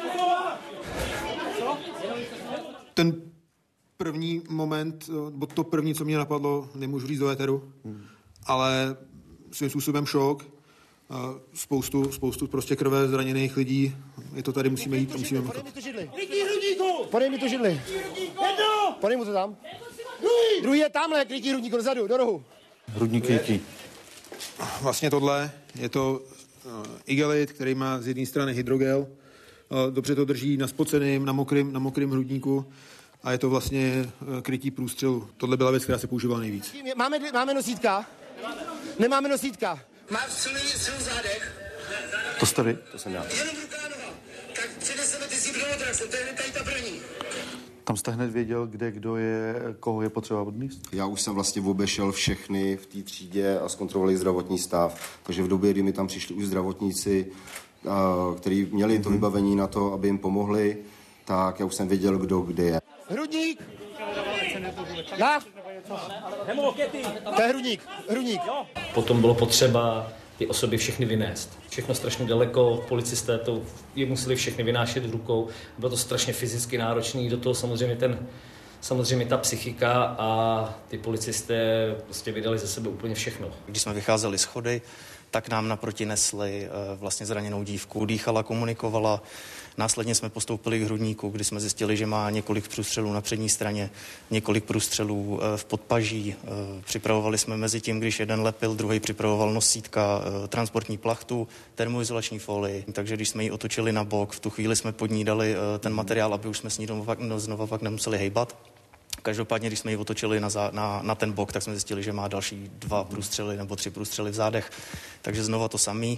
Ten první moment, bo to první, co mě napadlo, nemůžu říct do éteru, hmm. ale svým způsobem šok. spoustu, spoustu prostě krve zraněných lidí. Je to tady, musíme jít a musíme machat. Podej mi tu židli. Podej mu to tam. Druhý. Druhý je tamhle, krytí hrudníku dozadu, do rohu. Hrudník krytí. Vlastně tohle je to igelit, který má z jedné strany hydrogel. Dobře to drží na spoceným, na mokrým, na mokrým hrudníku a je to vlastně krytí průstřelu. Tohle byla věc, která se používala nejvíc. Máme, máme nosítka? Nemáme nosítka. Máš silný sil v zádech? To jste vy? To jsem já. Jenom ruká noha. Tak přineseme ty zibronotraxu, to je tady ta první. Tam jste hned věděl, kde kdo je, koho je potřeba odníst? Já už jsem vlastně obešel všechny v té třídě a zkontrolovali zdravotní stav. Takže v době, kdy mi tam přišli už zdravotníci, kteří měli to vybavení na to, aby jim pomohli, tak já už jsem věděl, kdo kde je. Hrudník! Láv! To je hrudník, hrudník. Potom bylo potřeba ty osoby všechny vynést. Všechno strašně daleko, policisté to je museli všechny vynášet rukou. Bylo to strašně fyzicky náročné, do toho samozřejmě ten samozřejmě ta psychika a ty policisté prostě vydali ze sebe úplně všechno. Když jsme vycházeli z schody, tak nám naproti nesli vlastně zraněnou dívku, dýchala, komunikovala. Následně jsme postoupili k hrudníku, kdy jsme zjistili, že má několik průstřelů na přední straně, několik průstřelů v podpaží. Připravovali jsme mezi tím, když jeden lepil, druhý připravoval nosítka, transportní plachtu, termoizolační folii. Takže když jsme ji otočili na bok, v tu chvíli jsme pod ní dali ten materiál, aby už jsme s ní znova pak nemuseli hejbat. Každopádně, když jsme ji otočili na, zá, na, na ten bok, tak jsme zjistili, že má další dva průstřely nebo tři průstřely v zádech. Takže znova to samý.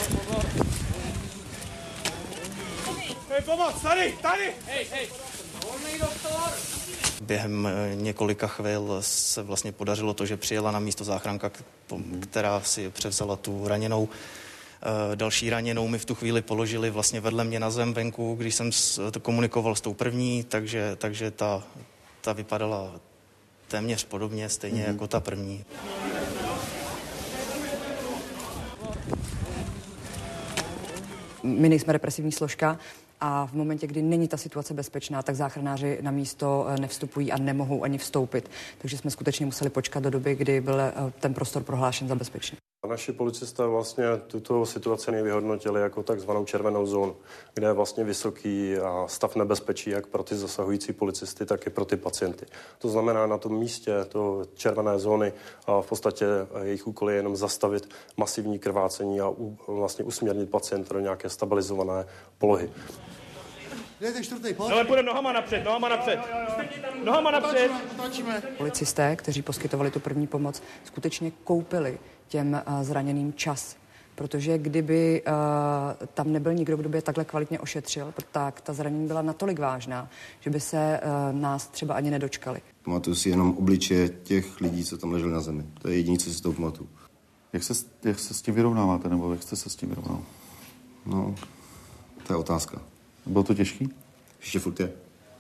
Hej, pomoc, tady, tady! Hej, hej! Volnej doktor! Během několika chvil se vlastně podařilo to, že přijela na místo záchranka, která si převzala tu raněnou. Další raněnou mi v tu chvíli položili vlastně vedle mě na zem venku, když jsem to komunikoval s tou první, takže, takže ta, ta vypadala téměř podobně, stejně mm-hmm. jako ta první. My nejsme represivní složka a v momentě, kdy není ta situace bezpečná, tak záchranáři na místo nevstupují a nemohou ani vstoupit. Takže jsme skutečně museli počkat do doby, kdy byl ten prostor prohlášen za bezpečný. Naši policisté vlastně tuto situaci vyhodnotili jako takzvanou červenou zónu, kde je vlastně vysoký stav nebezpečí jak pro ty zasahující policisty, tak i pro ty pacienty. To znamená, na tom místě to červené zóny a v podstatě jejich úkol je jenom zastavit masivní krvácení a u, vlastně usměrnit pacienta do nějaké stabilizované polohy. Ale půjdeme nohama napřed, nohama napřed. Nohama napřed. Policisté, kteří poskytovali tu první pomoc, skutečně koupili těm uh, zraněným čas. Protože kdyby uh, tam nebyl nikdo, kdo by je takhle kvalitně ošetřil, tak ta zranění byla natolik vážná, že by se uh, nás třeba ani nedočkali. Pamatuju si jenom obličeje těch lidí, co tam leželi na zemi. To je jediné, co si z toho pamatuju. Jak se, jak se s tím vyrovnáváte, nebo jak jste se s tím vyrovnal? No, to je otázka. Bylo to těžký? Ještě furt je.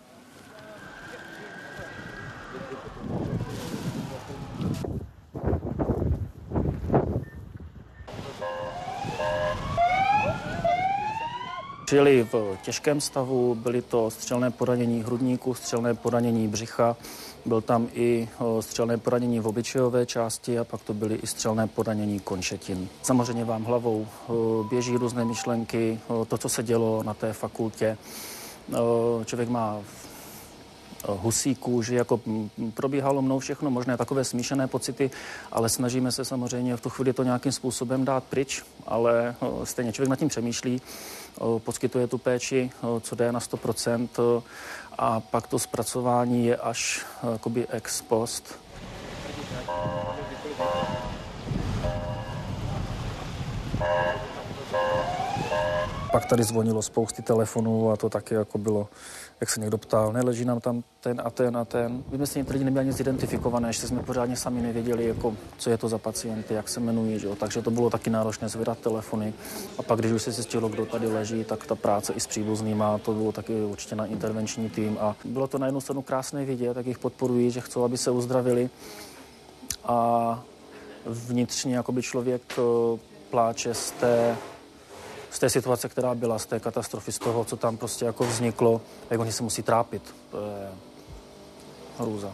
Žili v těžkém stavu, byly to střelné poranění hrudníku, střelné poranění břicha, byl tam i střelné poranění v obličejové části a pak to byly i střelné poranění končetin. Samozřejmě vám hlavou běží různé myšlenky, to, co se dělo na té fakultě. Člověk má husí kůži, jako probíhalo mnou všechno možné, takové smíšené pocity, ale snažíme se samozřejmě v tu chvíli to nějakým způsobem dát pryč, ale stejně člověk nad tím přemýšlí, poskytuje tu péči, co jde na sto procent a pak to zpracování je až jakoby ex post. Pak tady zvonilo spousty telefonů a to taky jako bylo, jak se někdo ptal, neleží nám tam ten a ten a ten. My jsme si ty lidi neměli nic identifikované, ještě jsme pořádně sami nevěděli, jako, co je to za pacienty, jak se jmenují, že jo? Takže to bylo taky náročné zvedat telefony. A pak, když už se zjistilo, kdo tady leží, tak ta práce i s příbuznýma, to bylo taky určitě na intervenční tým. A bylo to na jednu stranu krásné vidět, tak jich podporují, že chcou, aby se uzdravili. A vnitřně jakoby člověk pláče z té z té situace, která byla, z té katastrofy, z toho, co tam prostě jako vzniklo, jak oni se musí trápit. To je hrůza.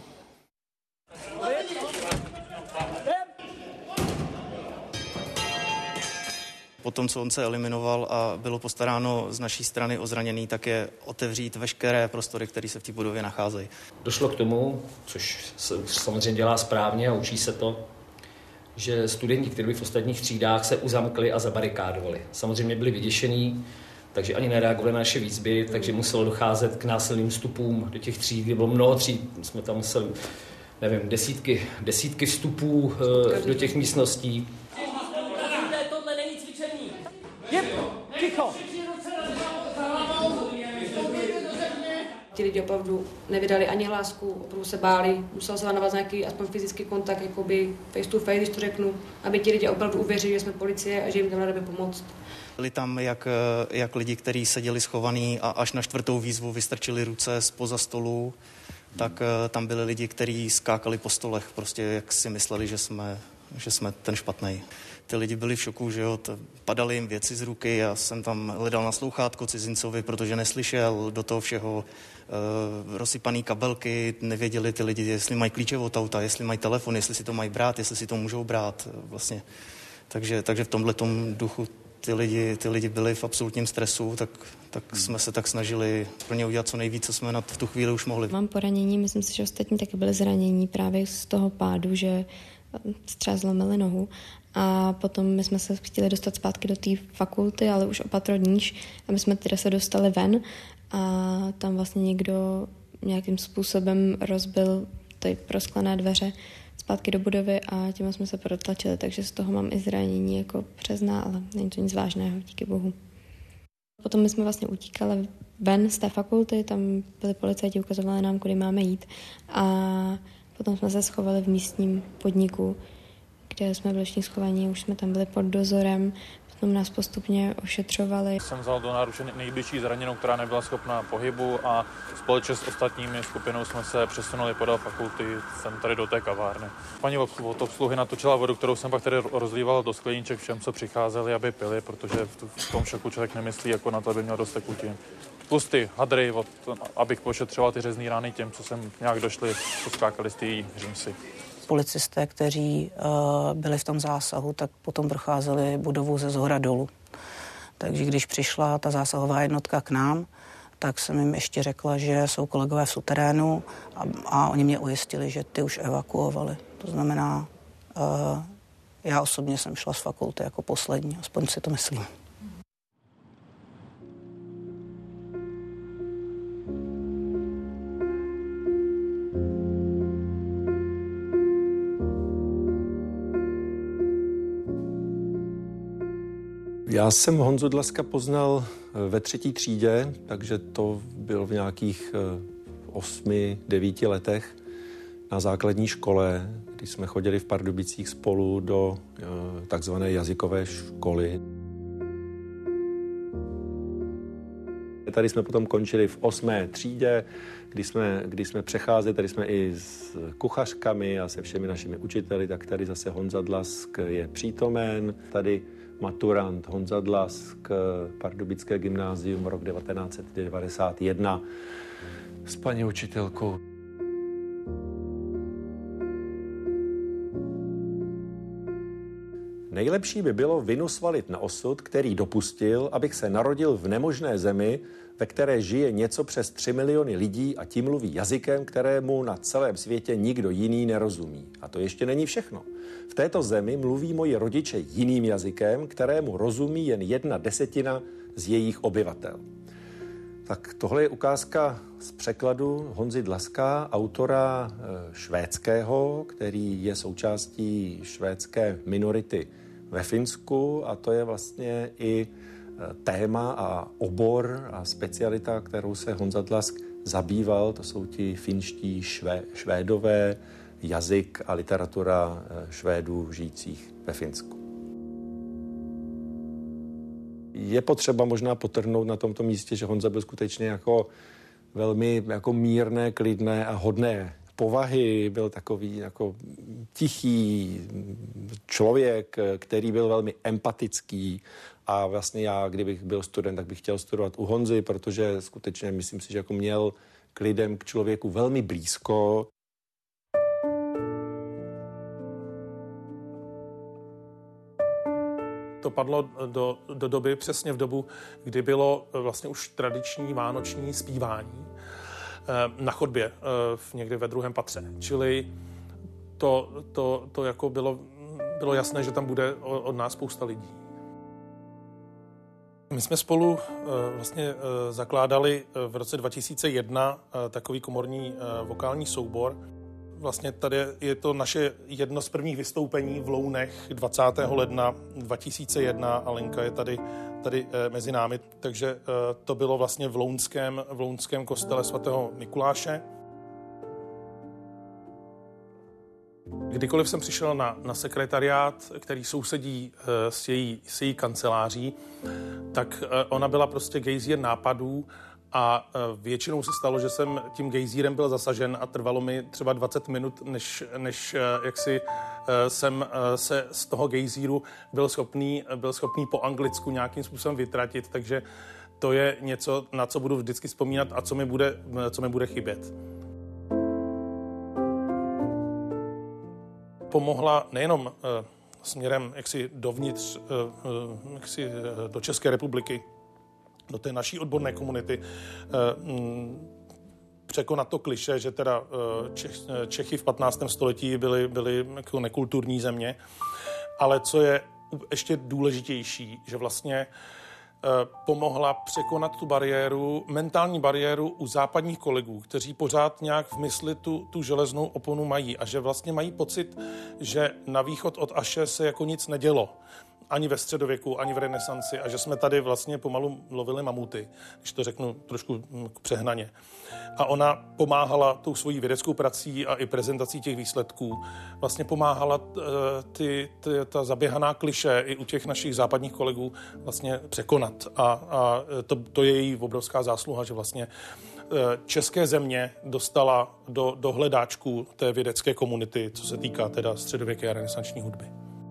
po tom, co on se eliminoval a bylo postaráno z naší strany o zraněný, tak je otevřít veškeré prostory, které se v té budově nacházejí. Došlo k tomu, což se samozřejmě dělá správně a učí se to, že studenti, kteří byli v ostatních třídách, se uzamkli a zabarikádovali. Samozřejmě byli vyděšení, takže ani nereagovali na naše výzvy, takže muselo docházet k násilným vstupům do těch tříd, kde bylo mnoho tříd, jsme tam museli, nevím, desítky, desítky vstupů uh, do těch místností. Tohle není cvičení. Je, ticho. Ti lidi opravdu nevydali ani hlásku, opravdu se báli, musel se navázat nějaký aspoň fyzický kontakt, jakoby face to face, když to řeknu, aby ti lidi opravdu uvěřili, že jsme policie a že jim tam ráda by pomoct. Byli tam jak, jak lidi, kteří seděli schovaní a až na čtvrtou výzvu vystrčili ruce zpoza stolu, tak tam byli lidi, kteří skákali po stolech, prostě jak si mysleli, že jsme, že jsme ten špatnej. Ty lidi byli v šoku, že jo, to, padaly jim věci z ruky, já jsem tam hledal na slouchátko cizincovi, protože neslyšel do toho všeho uh, rozsypaný kabelky, nevěděli ty lidi, jestli mají klíče od auta, jestli mají telefon, jestli si to mají brát, jestli si to můžou brát, vlastně. Takže, takže v tomhletom duchu ty lidi, ty lidi byli v absolutním stresu, tak, tak hmm. jsme se tak snažili pro ně udělat co nejvíc, co jsme na v tu chvíli už mohli. Mám poranění, myslím si, že ostatní taky byly zranění právě z toho pádu, že třeba zlomili nohu. A potom my jsme se chtěli dostat zpátky do té fakulty, ale už o patro níž. A my jsme teda se dostali ven a tam vlastně někdo nějakým způsobem rozbil ty prosklené dveře zpátky do budovy a tím jsme se protlačili, takže z toho mám i zranění jako přezná, ale není to nic vážného, díky bohu. Potom my jsme vlastně utíkali ven z té fakulty, tam byli policajti, ukazovali nám, kudy máme jít a potom jsme se schovali v místním podniku, kde jsme byli všichni schovaní, už jsme tam byli pod dozorem, potom nás postupně ošetřovali. Jsem vzal do náruče nejbližší zraněnou, která nebyla schopná pohybu a společně s ostatními skupinou jsme se přesunuli podél fakulty, jsem tady do té kavárny. Paní od obsluhy natočila vodu, kterou jsem pak tady rozlíval do skleníček všem, co přicházeli, aby pili, protože v tom šoku člověk nemyslí jako na to, aby měl dost tekutin. Pusty, hadry, od, abych pošetřoval ty řezný rány těm, co sem nějak došli, poskákali z té římsy. Policisté, kteří uh, byli v tom zásahu, tak potom procházeli budovu ze zhora dolů. Takže když přišla ta zásahová jednotka k nám, tak jsem jim ještě řekla, že jsou kolegové v suterénu a, a oni mě ujistili, že ty už evakuovali. To znamená, uh, já osobně jsem šla z fakulty jako poslední, aspoň si to myslím. Já jsem Honzu Dlaska poznal ve třetí třídě, takže to bylo v nějakých osmi, devíti letech na základní škole, kdy jsme chodili v Pardubicích spolu do takzvané jazykové školy. Tady jsme potom končili v osmé třídě, kdy jsme, kdy jsme přecházeli, tady jsme i s kuchařkami a se všemi našimi učiteli, tak tady zase Honza Dlask je přítomen. Tady maturant Honza Dlask, Pardubické gymnázium, rok devatenáct set devadesát jedna s paní učitelkou. Nejlepší by bylo vinu svalit na osud, který dopustil, abych se narodil v nemožné zemi, ve které žije něco přes tři miliony lidí a tím mluví jazykem, kterému na celém světě nikdo jiný nerozumí. A to ještě není všechno. V této zemi mluví moji rodiče jiným jazykem, kterému rozumí jen jedna desetina z jejich obyvatel. Tak tohle je ukázka z překladu Honzy Dlaska, autora švédského, který je součástí švédské minority ve Finsku, a to je vlastně i téma a obor a specialita, kterou se Honza Dlask zabýval. To jsou ti finští švé, švédové, jazyk a literatura Švédů žijících ve Finsku. Je potřeba možná podtrhnout na tomto místě, že Honza byl skutečně jako velmi jako mírné, klidné a hodné povahy, byl takový jako tichý člověk, který byl velmi empatický, a vlastně já, kdybych byl student, tak bych chtěl studovat u Honzy, protože skutečně myslím si, že jako měl k lidem, k člověku velmi blízko. To padlo do, do doby, přesně v dobu, kdy bylo vlastně už tradiční vánoční zpívání na chodbě někde ve druhém patře. Čili to, to, to jako bylo, bylo jasné, že tam bude od nás spousta lidí. My jsme spolu vlastně zakládali v roce dva tisíce jedna takový komorní vokální soubor. Vlastně tady je to naše jedno z prvních vystoupení v Lounech dvacátého ledna dva tisíce jedna a Lenka je tady, tady mezi námi. Takže to bylo vlastně v Lounském, v Lounském kostele svatého Mikuláše. Kdykoliv jsem přišel na, na sekretariát, který sousedí s její, s její kanceláří, tak ona byla prostě gejzír nápadů a většinou se stalo, že jsem tím gejzírem byl zasažen a trvalo mi třeba dvacet minut, než, než jak si jsem se z toho gejzíru byl schopný, byl schopný po anglicku nějakým způsobem vytratit, takže to je něco, na co budu vždycky vzpomínat a co mi bude, co mi bude chybět. Pomohla nejenom uh, směrem jaksi dovnitř, uh, uh, jaksi, uh, do České republiky, do té naší odborné komunity, uh, um, překonat to klišé, že teda uh, Čech, Čechy v patnáctém století byly, byly jako nekulturní země, ale co je ještě důležitější, že vlastně pomohla překonat tu bariéru, mentální bariéru u západních kolegů, kteří pořád nějak v mysli tu, tu železnou oponu mají a že vlastně mají pocit, že na východ od Aše se jako nic nedělo. Ani ve středověku, ani v renesanci a že jsme tady vlastně pomalu lovili mamuty, když to řeknu trošku přehnaně. A ona pomáhala tou svojí vědeckou prací a i prezentací těch výsledků. Vlastně pomáhala ty, ty, ta zaběhaná klišé i u těch našich západních kolegů vlastně překonat. A, a to, to je její obrovská zásluha, že vlastně české země dostala do, do hledáčku té vědecké komunity, co se týká teda středověké a renesanční hudby.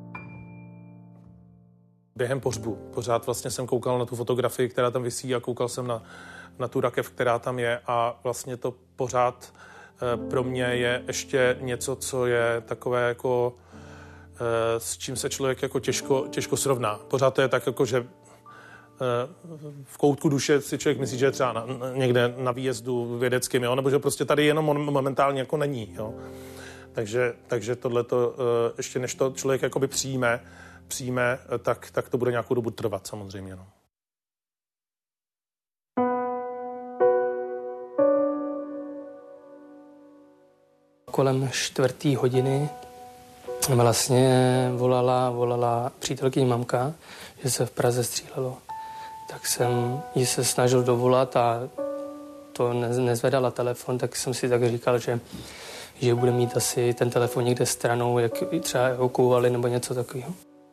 Během pohřbu pořád vlastně jsem koukal na tu fotografii, která tam visí a koukal jsem na, na tu rakev, která tam je a vlastně to pořád e, pro mě je ještě něco, co je takové jako e, s čím se člověk jako těžko, těžko srovná. Pořád to je tak jako, že e, v koutku duše si člověk myslí, že je třeba na, někde na výjezdu vědeckým, jo? Nebo že prostě tady jenom momentálně jako není. Jo? Takže, takže tohleto e, ještě než to člověk jakoby přijme, přijme, tak, tak to bude nějakou dobu trvat samozřejmě. No. Kolem čtvrtý hodiny vlastně volala, volala přítelkyně mamka, že se v Praze střílelo. Tak jsem ji se snažil dovolat a to nezvedala telefon, tak jsem si tak říkal, že, že bude mít asi ten telefon někde stranou, jak třeba ho kouvali nebo něco takového.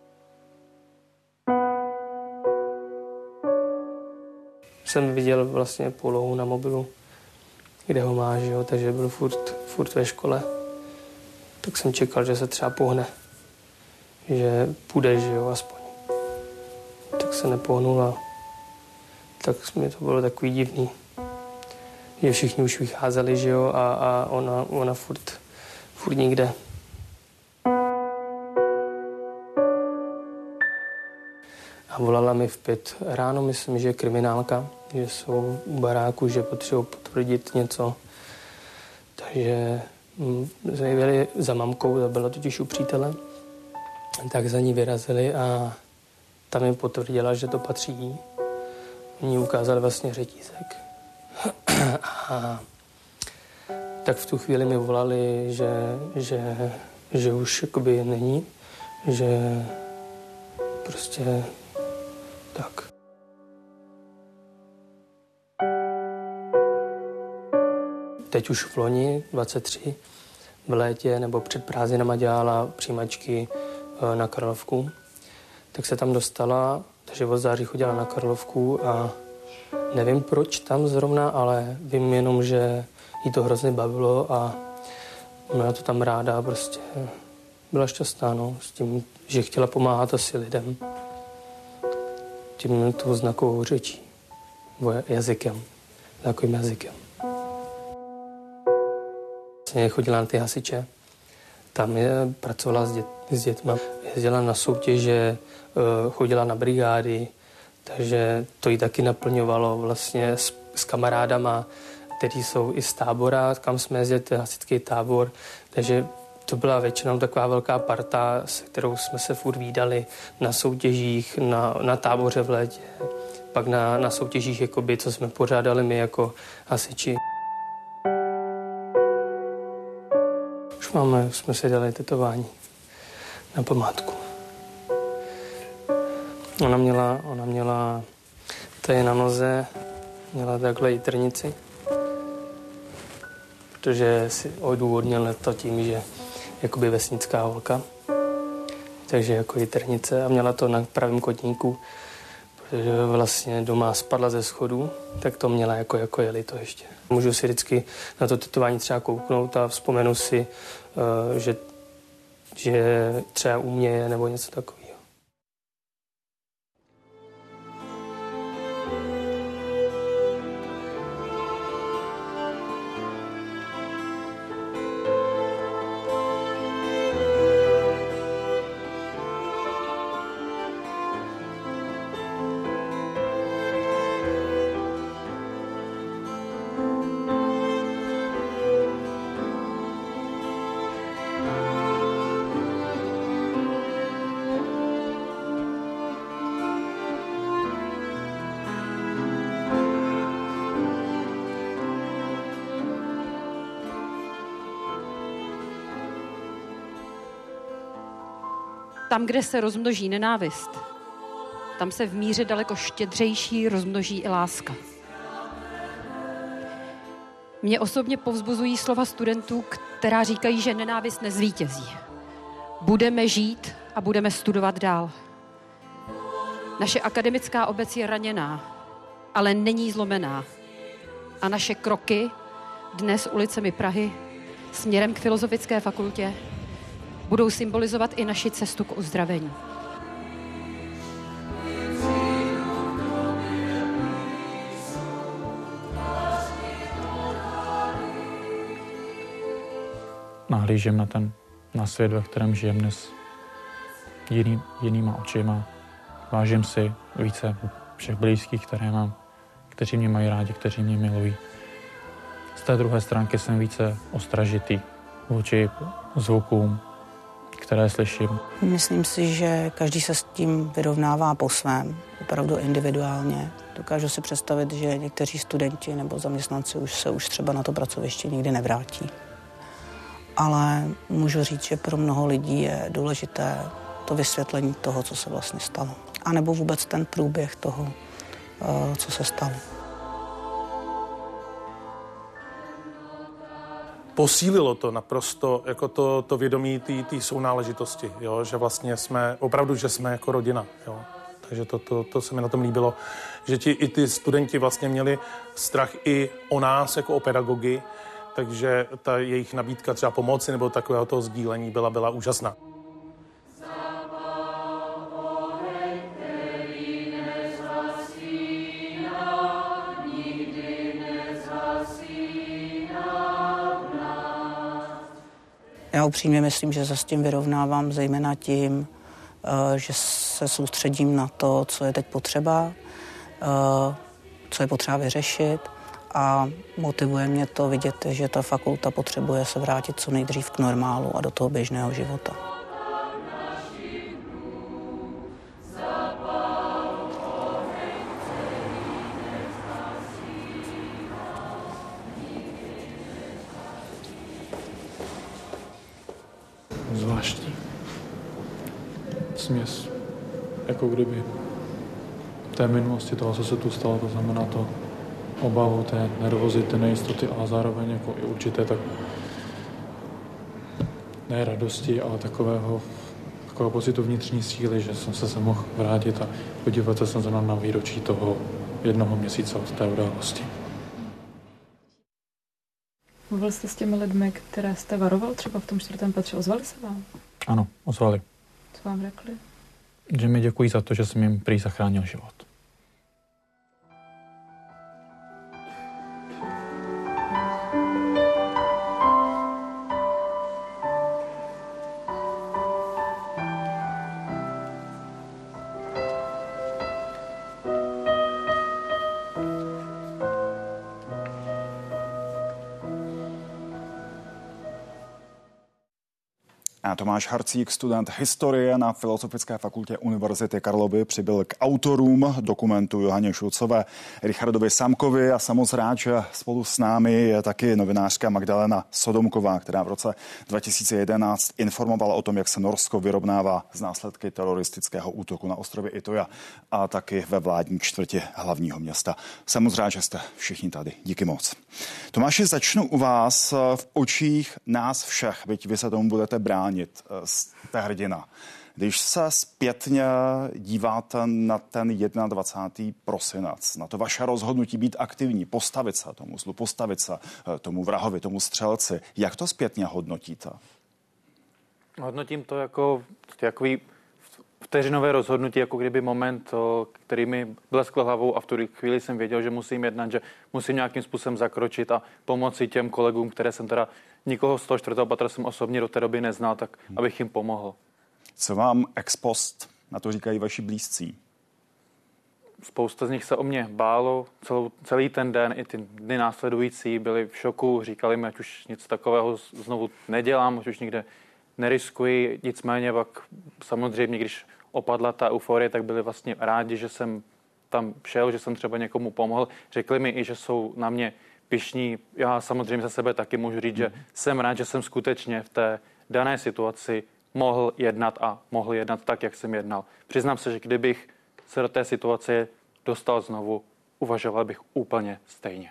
Jsem viděl vlastně polohu na mobilu, kde ho má, že jo, takže byl furt, furt ve škole. Tak jsem čekal, že se třeba pohne, že půjde, že jo, aspoň. Tak se nepohnul a tak mi to bylo takový divný, že všichni už vycházeli, že jo, a, a ona, ona furt, furt nikde. A volala mi v pět ráno, myslím, že je kriminálka, že jsou u baráku, že potřebují potvrdit něco. Takže jsme jeli za mamkou, ta byla totiž u přítele, tak za ní vyrazili a tam mi potvrdila, že to patří jí. Oni ukázali vlastně řetízek. A tak v tu chvíli mi volali, že, že, že už jakoby není, že prostě tak. Teď už v loni dvacet tři v létě nebo před prázdninama dělala přijímačky na Karlovku. Tak se tam dostala, takže od září chodila na Karlovku a nevím proč tam zrovna, ale vím jenom, že jí to hrozně bavilo a měla to tam ráda, prostě byla šťastná, no, s tím, že chtěla pomáhat asi lidem. Tím tou znakovou řečí, jazykem, znakovým jazykem. Vlastně chodila na ty hasiče, tam je, pracovala s, dět, s dětma, jezdila na soutěže chodila na brigády, takže to ji taky naplňovalo vlastně s, s kamarádama, kteří jsou i z tábora, kam jsme jezdili, ten hasičský tábor, takže to byla většinou taková velká parta, se kterou jsme se furt vídali na soutěžích, na, na táboře v létě, pak na, na soutěžích, jakoby, co jsme pořádali my jako hasiči. Už máme, už jsme si dali tetování na památku. Ona měla, ona měla tady na noze, měla takhle i trnici, protože si odůvodnil to tím, že jakoby vesnická holka, takže jako i trnice a měla to na pravém kotníku, protože vlastně doma spadla ze schodů, tak to měla jako, jako jeli to ještě. Můžu si vždycky na to tetování třeba kouknout a vzpomenu si, uh, že, že třeba u mě je nebo něco takového. Tam, kde se rozmnoží nenávist, tam se v míře daleko štědřejší rozmnoží i láska. Mě osobně povzbuzují slova studentů, která říkají, že nenávist nezvítězí. Budeme žít a budeme studovat dál. Naše akademická obec je raněná, ale není zlomená. A naše kroky dnes ulicemi Prahy směrem k Filozofické fakultě budou symbolizovat i naši cestu k uzdravení. Nahlížím na ten, na svět, ve kterém žijem dnes jiný, jinýma očima. Vážím si více všech blízkých, které mám, kteří mě mají rádi, kteří mě milují. Z té druhé stránky jsem více ostražitý vůči zvukům, které slyším. Myslím si, že každý se s tím vyrovnává po svém, opravdu individuálně. Dokážu si představit, že někteří studenti nebo zaměstnanci už se už třeba na to pracoviště nikdy nevrátí. Ale můžu říct, že pro mnoho lidí je důležité to vysvětlení toho, co se vlastně stalo. A nebo vůbec ten průběh toho, co se stalo. Posílilo to naprosto jako to, to vědomí té sounáležitosti, jo? Že vlastně jsme, opravdu, že jsme jako rodina. Jo? Takže to, to, to se mi na tom líbilo, že ti, i ty studenti vlastně měli strach i o nás, jako o pedagogy, takže ta jejich nabídka třeba pomoci nebo takového toho sdílení byla, byla úžasná. Já upřímně myslím, že se s tím vyrovnávám zejména tím, že se soustředím na to, co je teď potřeba, co je potřeba vyřešit a motivuje mě to vidět, že ta fakulta potřebuje se vrátit co nejdřív k normálu a do toho běžného života. Zvláštní. Směs. Jako kdyby té minulosti toho, co se tu stalo, to znamená to obavu, té nervozity, nejistoty, ale zároveň jako i určité tak ne radosti, ale takového, takového pocitu vnitřní síly, že jsem se sem mohl vrátit a podívat se jsem na výročí toho jednoho měsíce od té události. Mluvil jste s těmi lidmi, které jste varoval třeba v tom čtvrtém patře? Ozvali se vám? Ano, ozvali. Co vám řekli? Že mi děkují za to, že jsem jim prý zachránil život. A Tomáš Harcík, student historie na Filozofické fakultě Univerzity Karlovy, přibyl k autorům dokumentu Johaně Šulcové, Richardovi Samkovi a samozřejmě, že spolu s námi je taky novinářka Magdalena Sodomková, která v roce dva tisíce jedenáct informovala o tom, jak se Norsko vyrovnává z následky teroristického útoku na ostrově Itoja a taky ve vládní čtvrti hlavního města. Samozřejmě, že jste všichni tady. Díky moc. Tomáši, začnu u vás. V očích nás všech, byť vy se tomu budete bránit, jste hrdina. Když se zpětně díváte na ten dvacátého prvního prosinec, na to vaše rozhodnutí být aktivní, postavit se tomu zlu, postavit se tomu vrahovi, tomu střelci, jak to zpětně hodnotíte? Hodnotím to jako takový vteřinové rozhodnutí, jako kdyby moment, který mi bleskl hlavou a v tu chvíli jsem věděl, že musím jednat, že musím nějakým způsobem zakročit a pomoci těm kolegům, které jsem teda nikoho z toho čtvrtého patra jsem osobně do té doby neznal, tak abych jim pomohl. Co vám ex post na to říkají vaši blízcí? Spousta z nich se o mě bálo, celou, celý ten den i ty dny následující byli v šoku, říkali mi, ať už nic takového znovu nedělám, ať už nikde neriskuji, nicméně pak samozřejmě, když opadla ta euforie, tak byli vlastně rádi, že jsem tam šel, že jsem třeba někomu pomohl. Řekli mi i, že jsou na mě pyšní. Já samozřejmě za sebe taky můžu říct, že jsem rád, že jsem skutečně v té dané situaci mohl jednat a mohl jednat tak, jak jsem jednal. Přiznám se, že kdybych se do té situace dostal znovu, uvažoval bych úplně stejně.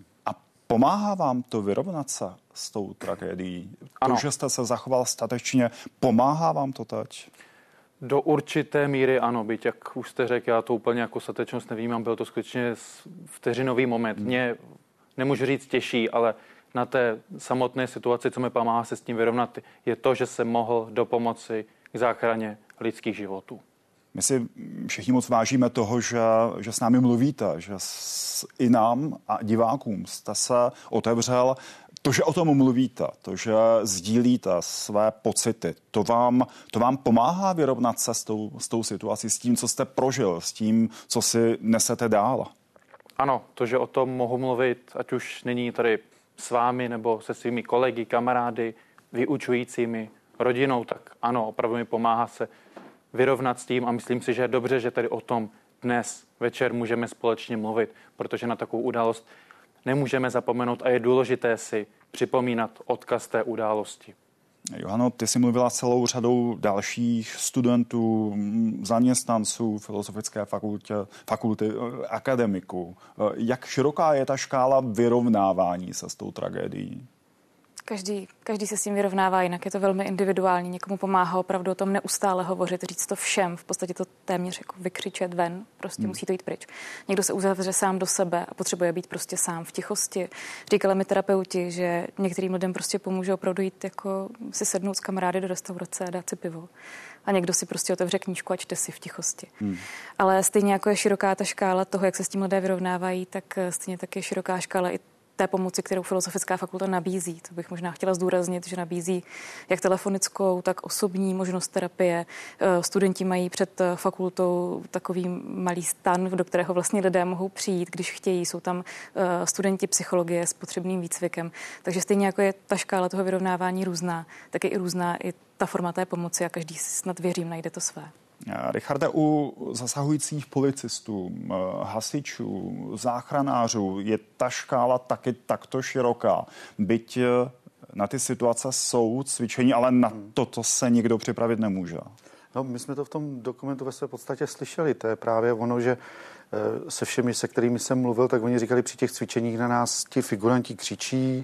Pomáhá vám to vyrovnat se s tou tragédií? To, že jste se zachoval statečně, pomáhá vám to teď? Do určité míry ano, byť jak už jste řekl, já to úplně jako statečnost nevnímám, byl to skutečně vteřinový moment. Hmm. Mě nemůžu říct těžší, ale na té samotné situaci, co mi pomáhá se s tím vyrovnat, je to, že jsem mohl dopomoci k záchraně lidských životů. My si všichni moc vážíme toho, že, že s námi mluvíte, že s, i nám a divákům jste se otevřel. To, že o tom mluvíte, to, že sdílíte své pocity, to vám, to vám pomáhá vyrovnat se s tou, s tou situací, s tím, co jste prožil, s tím, co si nesete dál. Ano, to, že o tom mohu mluvit, ať už není tady s vámi nebo se svými kolegy, kamarády, vyučujícími, rodinou, tak ano, opravdu mi pomáhá se vyrovnat s tím a myslím si, že je dobře, že tady o tom dnes večer můžeme společně mluvit, protože na takovou událost nemůžeme zapomenout a je důležité si připomínat odkaz té události. Johano, ty jsi mluvila celou řadou dalších studentů, zaměstnanců Filozofické fakultě, fakulty, akademiků. Jak široká je ta škála vyrovnávání se s tou tragédií? Každý, každý se s tím vyrovnává jinak, je to velmi individuální, někomu pomáhá opravdu o tom neustále hovořit, říct to všem, v podstatě to téměř jako vykřičet ven, prostě hmm. musí to jít pryč. Někdo se uzavře sám do sebe a potřebuje být prostě sám v tichosti. Říkali mi terapeuti, že některým lidem prostě pomůže opravdu jít jako si sednout s kamarády do restaurace a dát si pivo. A někdo si prostě otevře knížku a čte si v tichosti. Hmm. Ale stejně jako je široká ta škála toho, jak se s tím lidé vyrovnávají, tak stejně tak je široká škála i té pomoci, kterou Filozofická fakulta nabízí. To bych možná chtěla zdůraznit, že nabízí jak telefonickou, tak osobní možnost terapie. Studenti mají před fakultou takový malý stan, do kterého vlastně lidé mohou přijít, když chtějí. Jsou tam studenti psychologie s potřebným výcvikem. Takže stejně jako je ta škála toho vyrovnávání různá, tak je i různá i ta forma té pomoci a každý si snad, věřím, najde to své. Richarde, u zasahujících policistů, hasičů, záchranářů je ta škála taky takto široká. Byť na ty situace jsou cvičení, ale na toto se nikdo připravit nemůže. No, my jsme to v tom dokumentu ve své podstatě slyšeli. To je právě ono, že se všemi, se kterými jsem mluvil, tak oni říkali, při těch cvičeních na nás ti figuranti křičí,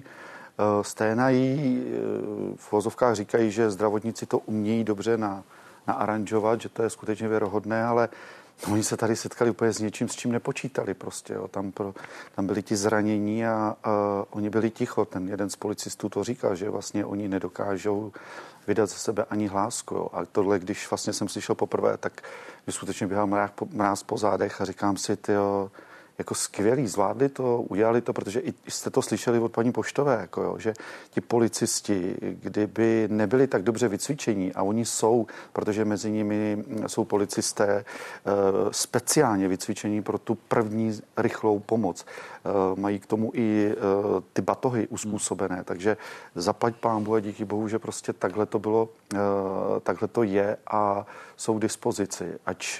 sténají, v vozovkách říkají, že zdravotníci to umějí dobře na naaranžovat, že to je skutečně věrohodné, ale oni se tady setkali úplně s něčím, s čím nepočítali prostě. Jo. Tam, pro, tam byli ti zranění a, a oni byli ticho. Ten jeden z policistů to říkal, že vlastně oni nedokážou vydat ze sebe ani hlásku. Jo. A tohle, když vlastně jsem slyšel poprvé, tak mi skutečně běhal mráz po, mráz po zádech a říkám si, tyjo, jako skvělí, zvládli to, udělali to, protože i jste to slyšeli od paní Poštové, jako jo, že ti policisti, kdyby nebyli tak dobře vycvičení, a oni jsou, protože mezi nimi jsou policisté speciálně vycvičení pro tu první rychlou pomoc. Mají k tomu i ty batohy uspůsobené, takže zaplať pánbu a díky bohu, že prostě takhle to bylo, takhle to je a jsou k dispozici. Ač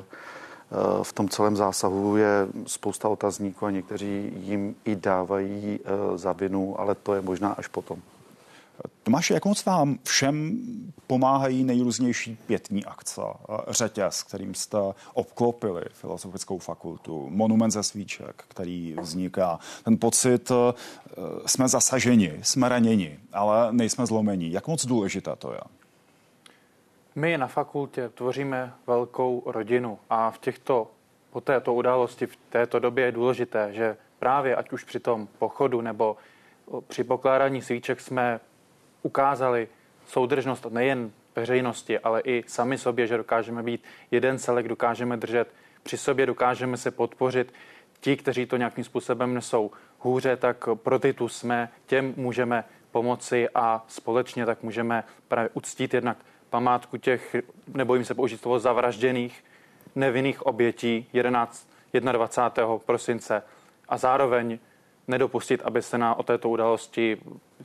v tom celém zásahu je spousta otazníků a někteří jim i dávají za vinu, ale to je možná až potom. Tomáši, jak moc vám všem pomáhají nejrůznější pětní akce, řetěz, kterým jste obklopili Filozofickou fakultu, monument ze svíček, který vzniká. Ten pocit, jsme zasaženi, jsme raněni, ale nejsme zlomení. Jak moc důležité to je? My na fakultě tvoříme velkou rodinu a v těchto, po této události v této době je důležité, že právě ať už při tom pochodu nebo při pokládání svíček jsme ukázali soudržnost nejen veřejnosti, ale i sami sobě, že dokážeme být jeden celek, dokážeme držet při sobě, dokážeme se podpořit. Ti, kteří to nějakým způsobem nesou hůře, tak pro ty tu jsme, těm můžeme pomoci a společně tak můžeme právě uctít jednak památku těch, nebojím se použít slovo, zavražděných nevinných obětí dvacátého prvního prosince a zároveň nedopustit, aby se na o této události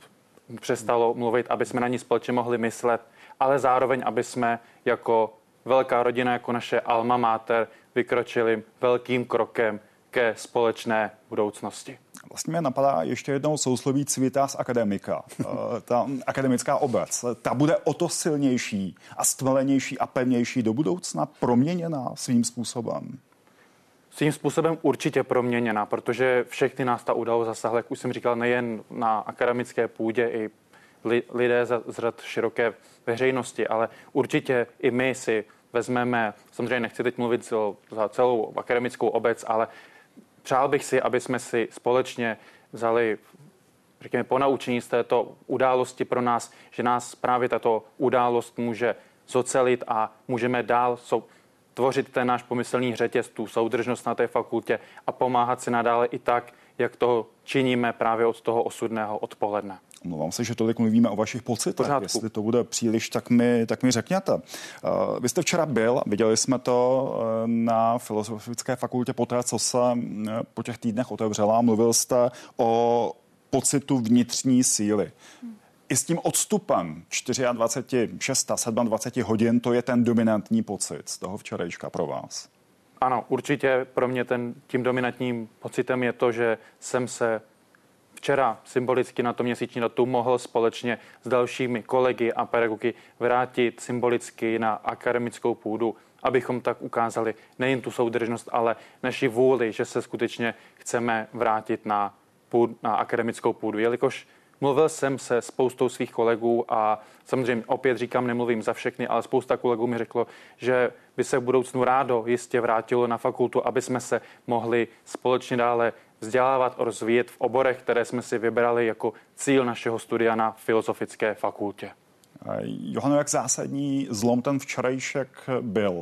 přestalo mluvit, aby jsme na ní společně mohli myslet, ale zároveň, aby jsme jako velká rodina, jako naše alma mater vykročili velkým krokem ke společné budoucnosti. Vlastně mě napadá ještě jednou sousloví civitas academica. Ta akademická obec, ta bude o to silnější a stvelenější a pevnější do budoucna, proměněná svým způsobem. Svým způsobem určitě proměněná, protože všechny nás ta událost zasahla, jak už jsem říkal, nejen na akademické půdě, i lidé z řad široké veřejnosti, ale určitě i my si vezmeme, samozřejmě nechci teď mluvit za celou akademickou obec, ale přál bych si, aby jsme si společně vzali, řekněme, ponaučení z této události pro nás, že nás právě tato událost může zocelit a můžeme dál sou, tvořit ten náš pomyslný řetěz, tu soudržnost na té fakultě a pomáhat si nadále i tak, jak to činíme právě od toho osudného odpoledne. Omlouvám se, že tolik mluvíme o vašich pocitech. Jestli to bude příliš, tak mi, tak mi řekněte. Uh, vy jste včera byl, viděli jsme to uh, na Filozofické fakultě poté, co se uh, po těch týdnech otevřela. Mluvil jste o pocitu vnitřní síly. Hmm. I s tím odstupem dvacet šest, dvacet sedm hodin, to je ten dominantní pocit z toho včerejška pro vás. Ano, určitě pro mě ten, tím dominantním pocitem je to, že jsem se včera symbolicky na to měsíční datum mohl společně s dalšími kolegy a pedagogy vrátit symbolicky na akademickou půdu, abychom tak ukázali nejen tu soudržnost, ale naši vůli, že se skutečně chceme vrátit na, půd, na akademickou půdu. Jelikož mluvil jsem se spoustou svých kolegů a samozřejmě opět říkám, nemluvím za všechny, ale spousta kolegů mi řeklo, že by se v budoucnu rádo jistě vrátilo na fakultu, aby jsme se mohli společně dále vzdělávat a rozvíjet v oborech, které jsme si vybrali jako cíl našeho studia na Filozofické fakultě. Johano, jak zásadní zlom ten včerejšek byl?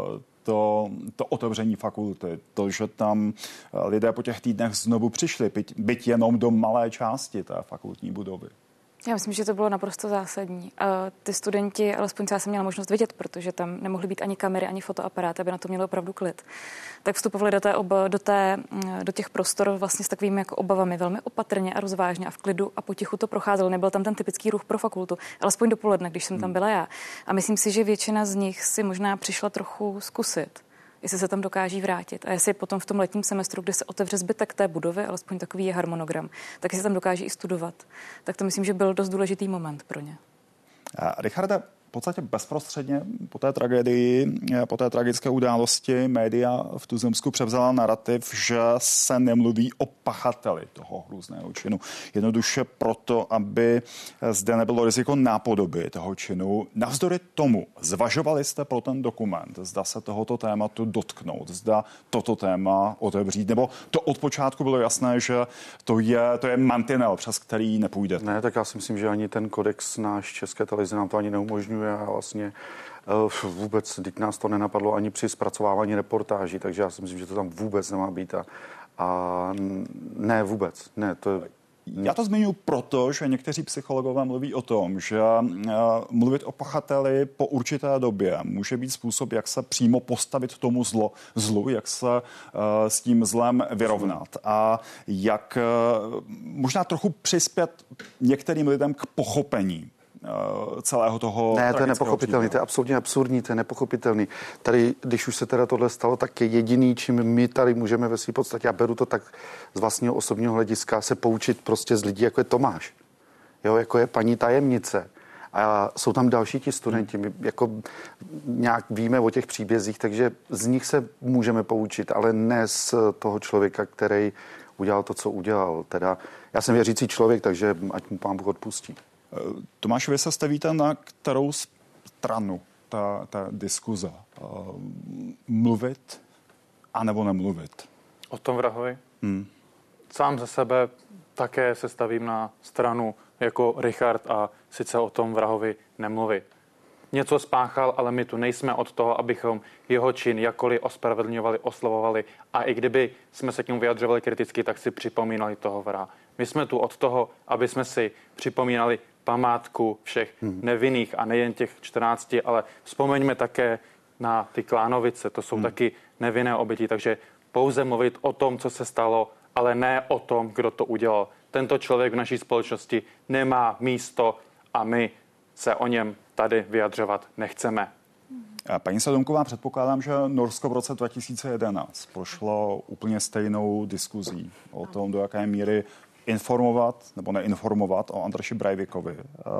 To, to otevření fakulty, to, že tam lidé po těch týdnech znovu přišli, byť, byť jenom do malé části té fakultní budovy. Já myslím, že to bylo naprosto zásadní. A ty studenti, alespoň já jsem měla možnost vidět, protože tam nemohly být ani kamery, ani fotoaparáty, aby na to mělo opravdu klid. Tak vstupovali do, té ob, do, té, do těch prostor vlastně s takovými jako obavami, velmi opatrně a rozvážně a v klidu a potichu to procházelo. Nebyl tam ten typický ruch pro fakultu, alespoň dopoledne, když jsem tam byla já. A myslím si, že většina z nich si možná přišla trochu zkusit, jestli se tam dokáží vrátit. A jestli potom v tom letním semestru, kdy se otevře zbytek té budovy, alespoň takový je harmonogram, tak jestli tam dokáží i studovat. Tak to myslím, že byl dost důležitý moment pro ně. A Richarde, v podstatě bezprostředně po té tragédii, po té tragické události média v Tuzemsku převzala narrativ, že se nemluví o pachateli toho hrůzného činu. Jednoduše proto, aby zde nebylo riziko nápodoby toho činu. Navzdory tomu zvažovali jste pro ten dokument, zda se tohoto tématu dotknout, zda toto téma otevřít, nebo to od počátku bylo jasné, že to je, to je mantinel, přes který nepůjde. Ne, tak já si myslím, že ani ten kodex náš České televize nám to ani neumožňuje. zveřejňuje a vlastně vůbec, teď nás to nenapadlo ani při zpracovávání reportáží, takže já si myslím, že to tam vůbec nemá být a, a ne vůbec, ne, to je... Já to zmiňuji proto, že někteří psychologové mluví o tom, že mluvit o pachateli po určité době může být způsob, jak se přímo postavit tomu zlo, zlu, jak se uh, s tím zlem vyrovnat a jak uh, možná trochu přispět některým lidem k pochopení celého toho. Ne, to je nepochopitelný, to je absolutně absurdní, to je nepochopitelný. Tady, když už se teda tohle stalo, tak je jediný, čím my tady můžeme ve své podstatě, já beru to tak z vlastního osobního hlediska, se poučit prostě z lidí, jako je Tomáš, jo, jako je paní tajemnice. A jsou tam další ti studenti, my jako nějak víme o těch příbězích, takže z nich se můžeme poučit, ale ne z toho člověka, který udělal to, co udělal. Teda já jsem věřící člověk, takže ať mu Pán Bůh odpustí. Tomáš, vy se stavíte na kterou stranu ta, ta diskuze? Mluvit anebo nemluvit? O tom vrahovi? Hmm. Sám ze sebe také se stavím na stranu jako Richard a sice o tom vrahovi nemluvit. Něco spáchal, ale my tu nejsme od toho, abychom jeho čin jakkoliv ospravedlňovali, oslovovali a i kdyby jsme se k němu vyjadřovali kriticky, tak si připomínali toho vraha. My jsme tu od toho, aby jsme si připomínali památku všech nevinných a nejen těch čtrnácti, ale vzpomeňme také na ty Klánovice, to jsou hmm. taky nevinné oběti, takže pouze mluvit o tom, co se stalo, ale ne o tom, kdo to udělal. Tento člověk v naší společnosti nemá místo a my se o něm tady vyjadřovat nechceme. Paní Sadomková, předpokládám, že Norsko v roce dva tisíce jedenáct prošlo úplně stejnou diskuzí o tom, do jaké míry informovat nebo neinformovat o Andreši Breivikovi.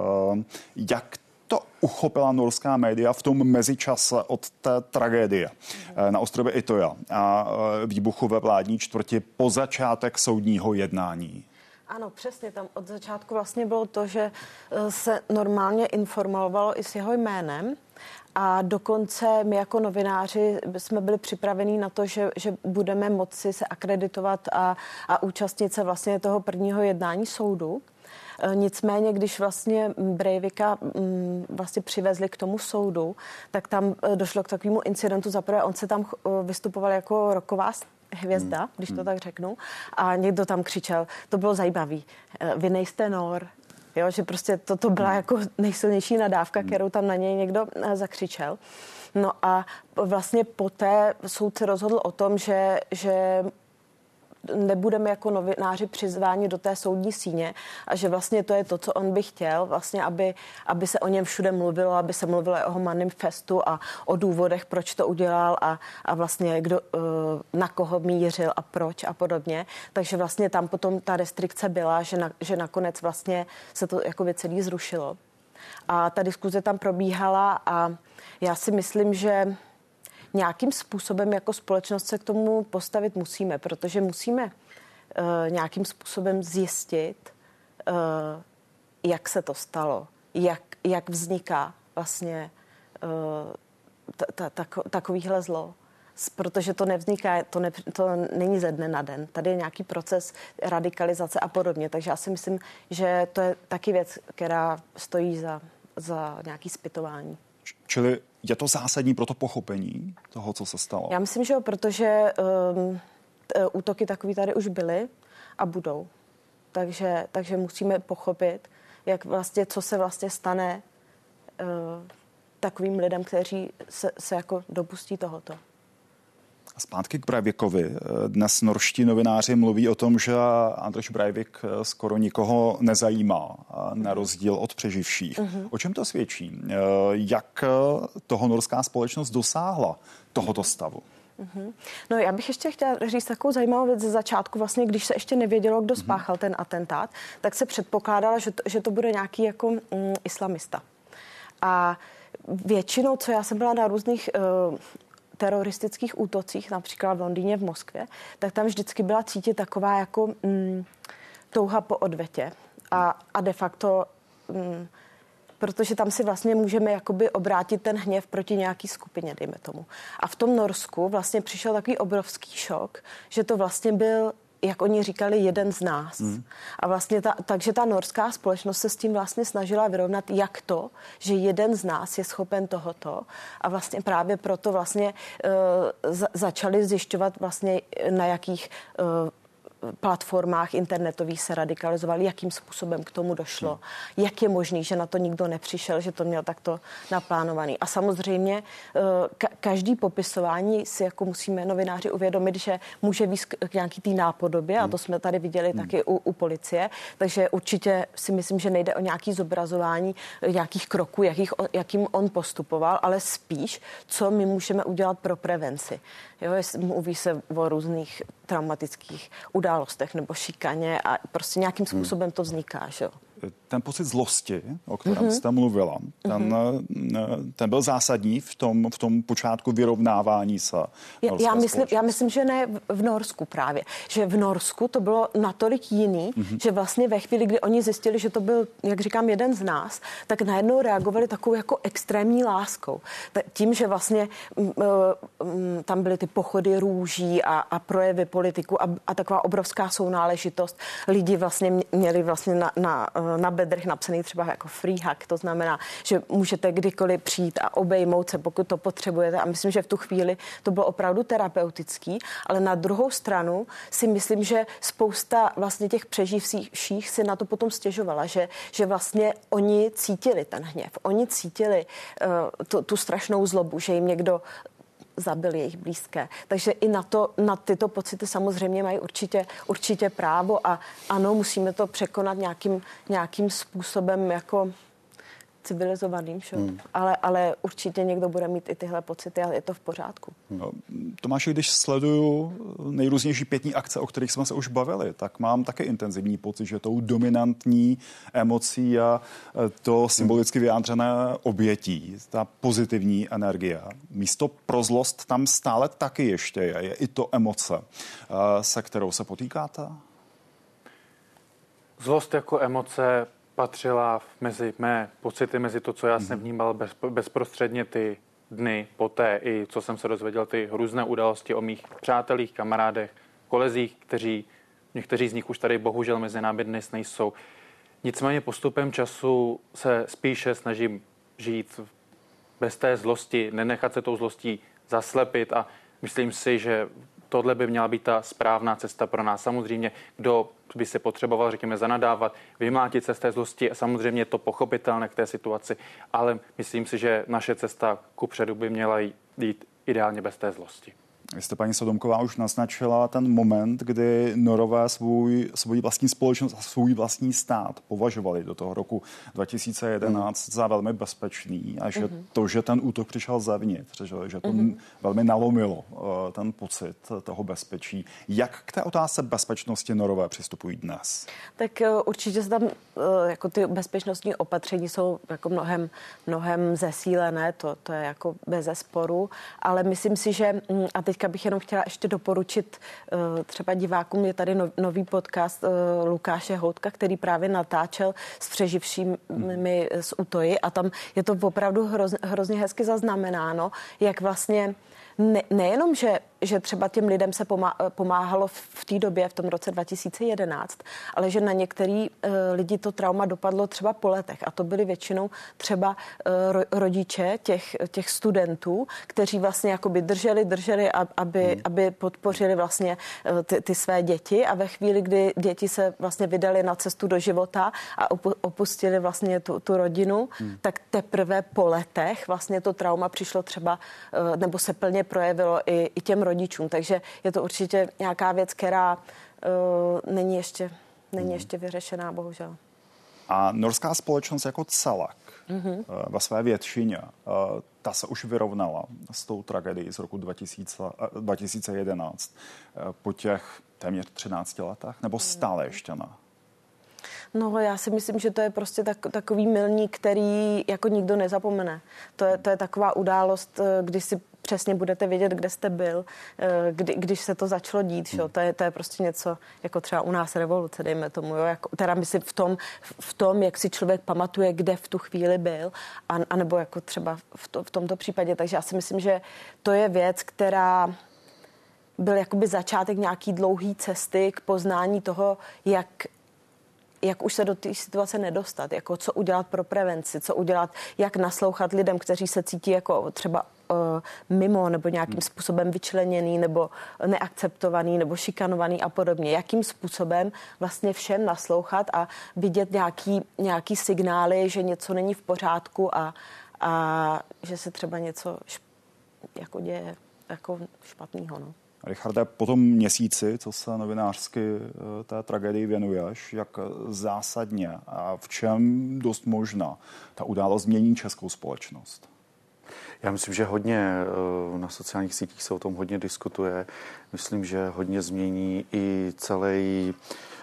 Jak to uchopila norská média v tom mezičase od té tragédie na ostrově Itoja a výbuchu ve vládní čtvrti po začátek soudního jednání? Ano, přesně. Tam od začátku vlastně bylo to, že se normálně informovalo i s jeho jménem a dokonce my jako novináři jsme byli připraveni na to, že, že budeme moci se akreditovat a, a účastnit se vlastně toho prvního jednání soudu. Nicméně, když vlastně Breivika vlastně přivezli k tomu soudu, tak tam došlo k takovému incidentu. Zaprvé on se tam vystupoval jako rocková hvězda, hmm. když to tak řeknu, a někdo tam křičel, to bylo zajímavý, vy nejste Nor, jo, že prostě to, to byla jako nejsilnější nadávka, kterou tam na něj někdo zakřičel. No a vlastně poté soud se rozhodl o tom, že, že nebudeme jako novináři přizváni do té soudní síně a že vlastně to je to, co on by chtěl, vlastně, aby, aby se o něm všude mluvilo, aby se mluvilo o jeho manifestu a o důvodech, proč to udělal a, a vlastně kdo, na koho mířil a proč a podobně. Takže vlastně tam potom ta restrikce byla, že, na, že nakonec vlastně se to jako celý zrušilo. A ta diskuze tam probíhala a já si myslím, že nějakým způsobem jako společnost se k tomu postavit musíme, protože musíme uh, nějakým způsobem zjistit, uh, jak se to stalo, jak, jak vzniká vlastně uh, ta, ta, ta, takovýhle zlo. Protože to nevzniká, to, ne, to není ze dne na den. Tady je nějaký proces radikalizace a podobně. Takže já si myslím, že to je taky věc, která stojí za, za nějaký zpytování. Čili je to zásadní pro to pochopení toho, co se stalo? Já myslím, že jo, protože um, útoky takový tady už byly a budou. Takže, takže musíme pochopit, jak vlastně, co se vlastně stane uh, takovým lidem, kteří se, se jako dopustí tohoto. Zpátky k Breivikovi. Dnes norští novináři mluví o tom, že Andrej Breivik skoro nikoho nezajímá, na rozdíl od přeživších. Uh-huh. O čem to svědčí? Jak toho norská společnost dosáhla tohoto stavu? Uh-huh. No, já bych ještě chtěla říct takovou zajímavou věc ze začátku. Vlastně, když se ještě nevědělo, kdo spáchal uh-huh. ten atentát, tak se předpokládalo, že to, že to bude nějaký jako mm, islamista. A většinou, co já jsem byla na různých uh, teroristických útocích, například v Londýně, v Moskvě, tak tam vždycky byla cítit taková jako mm, touha po odvetě. A, a de facto, mm, protože tam si vlastně můžeme jakoby obrátit ten hněv proti nějaký skupině, dejme tomu. A v tom Norsku vlastně přišel takový obrovský šok, že to vlastně byl jak oni říkali, jeden z nás. Hmm. A vlastně ta, takže ta norská společnost se s tím vlastně snažila vyrovnat, jak to, že jeden z nás je schopen tohoto. A vlastně právě proto vlastně uh, za, začali zjišťovat vlastně na jakých uh, platformách internetových se radikalizovali, jakým způsobem k tomu došlo, hmm. jak je možný, že na to nikdo nepřišel, že to měl takto naplánovaný. A samozřejmě ka- každý popisování si jako musíme novináři uvědomit, že může být k nějaký té nápodobě hmm. a to jsme tady viděli hmm. taky u, u policie, takže určitě si myslím, že nejde o nějaký zobrazování nějakých kroků, jakých, jakým on postupoval, ale spíš, co my můžeme udělat pro prevenci. Jo, mluví se o různých traumatických událostech nebo šikaně a prostě nějakým způsobem to vzniká, že jo. Ten pocit zlosti, o kterém Mm-hmm. jste mluvila, ten, mm-hmm. ten byl zásadní v tom, v tom počátku vyrovnávání se. Já, já, myslím, já myslím, že ne v Norsku právě. Že v Norsku to bylo natolik jiný, mm-hmm. že vlastně ve chvíli, kdy oni zjistili, že to byl, jak říkám, jeden z nás, tak najednou reagovali takovou jako extrémní láskou. Tím, že vlastně m, m, tam byly ty pochody růží a, a projevy politiku a, a taková obrovská sounáležitost. Lidi vlastně měli vlastně na, na na bedrech napsaný třeba jako free hug, to znamená, že můžete kdykoliv přijít a obejmout se, pokud to potřebujete. A myslím, že v tu chvíli to bylo opravdu terapeutický, ale na druhou stranu si myslím, že spousta vlastně těch přeživších si na to potom stěžovala, že, že vlastně oni cítili ten hněv, oni cítili uh, tu, tu strašnou zlobu, že jim někdo zabil jejich blízké. Takže i na, to, na tyto pocity samozřejmě mají určitě, určitě právo a ano, musíme to překonat nějakým, nějakým způsobem jako civilizovaným, hmm. ale, ale určitě někdo bude mít i tyhle pocity a je to v pořádku. No, Tomáši, když sleduju nejrůznější pětní akce, o kterých jsme se už bavili, tak mám také intenzivní pocit, že tou dominantní emocí a to symbolicky vyjádřené obětí, ta pozitivní energie. Místo pro zlost tam stále taky ještě je. Je i to emoce, se kterou se potýkáte? Zlost jako emoce patřila mezi mé pocity, mezi to, co já jsem vnímal bez, bezprostředně ty dny poté, i co jsem se dozvěděl, ty různé události o mých přátelích, kamarádech, kolezích, kteří, někteří z nich už tady bohužel mezi námi dnes nejsou. Nicméně postupem času se spíše snažím žít bez té zlosti, nenechat se tou zlostí zaslepit a myslím si, že tohle by měla být ta správná cesta pro nás. Samozřejmě, kdo by se potřeboval, řekněme, zanadávat, vymlátit se z té zlosti a samozřejmě je to pochopitelné k té situaci, ale myslím si, že naše cesta kupředu by měla jít ideálně bez té zlosti. Vy jste, paní Sodomková, už naznačila ten moment, kdy Norové svůj, svůj vlastní společnost a svůj vlastní stát považovali do toho roku dva tisíce jedenáct mm. za velmi bezpečný a že mm-hmm. to, že ten útok přišel zevnitř, že, že to mm-hmm. velmi nalomilo uh, ten pocit toho bezpečí. Jak k té otázce bezpečnosti Norové přistupují dnes? Tak uh, určitě se tam uh, jako ty bezpečnostní opatření jsou jako mnohem, mnohem zesílené, to, to je jako bezesporu, ale myslím si, že um, a teďka bych jenom chtěla ještě doporučit uh, třeba divákům, je tady no, nový podcast uh, Lukáše Houtka, který právě natáčel s přeživšími z Utoji a tam je to opravdu hroz, hrozně hezky zaznamenáno, jak vlastně ne, nejenom, že, že třeba těm lidem se pomá, pomáhalo v, v té době, v tom roce dva tisíce jedenáct, ale že na některý uh, lidi to trauma dopadlo třeba po letech a to byli většinou třeba uh, ro, rodiče těch, těch studentů, kteří vlastně jakoby drželi, drželi, aby, hmm. aby podpořili vlastně uh, ty, ty své děti a ve chvíli, kdy děti se vlastně vydali na cestu do života a opustili vlastně tu, tu rodinu, hmm. tak teprve po letech vlastně to trauma přišlo třeba, uh, nebo se plně projevilo i, i těm rodičům. Takže je to určitě nějaká věc, která uh, není, ještě, není hmm. ještě vyřešená, bohužel. A norská společnost jako celek mm-hmm. uh, ve své většině, uh, ta se už vyrovnala s tou tragédií z roku dva tisíce, uh, dva tisíce jedenáct uh, po těch téměř třinácti letech, nebo stále ještě ne? No, já si myslím, že to je prostě tak, takový milník, který jako nikdo nezapomene. To je, to je taková událost, kdy si přesně budete vědět, kde jste byl, kdy, když se to začalo dít. Šo? To, je, to je prostě něco, jako třeba u nás revoluce, dejme tomu. Jo? Jako, teda my si v tom, v tom, jak si člověk pamatuje, kde v tu chvíli byl, a, anebo jako třeba v, to, v tomto případě. Takže já si myslím, že to je věc, která byl jakoby začátek nějaký dlouhý cesty k poznání toho, jak jak už se do té situace nedostat, jako co udělat pro prevenci, co udělat, jak naslouchat lidem, kteří se cítí jako třeba uh, mimo nebo nějakým způsobem vyčleněný nebo neakceptovaný nebo šikanovaný a podobně. Jakým způsobem vlastně všem naslouchat a vidět nějaký, nějaký signály, že něco není v pořádku a, a že se třeba něco šp, jako děje jako špatného. No. Richarde, po tom měsíci, co se novinářsky té tragédii věnuješ, jak zásadně a v čem dost možná ta událost změní českou společnost? Já myslím, že hodně na sociálních sítích se o tom hodně diskutuje. Myslím, že hodně změní i celý,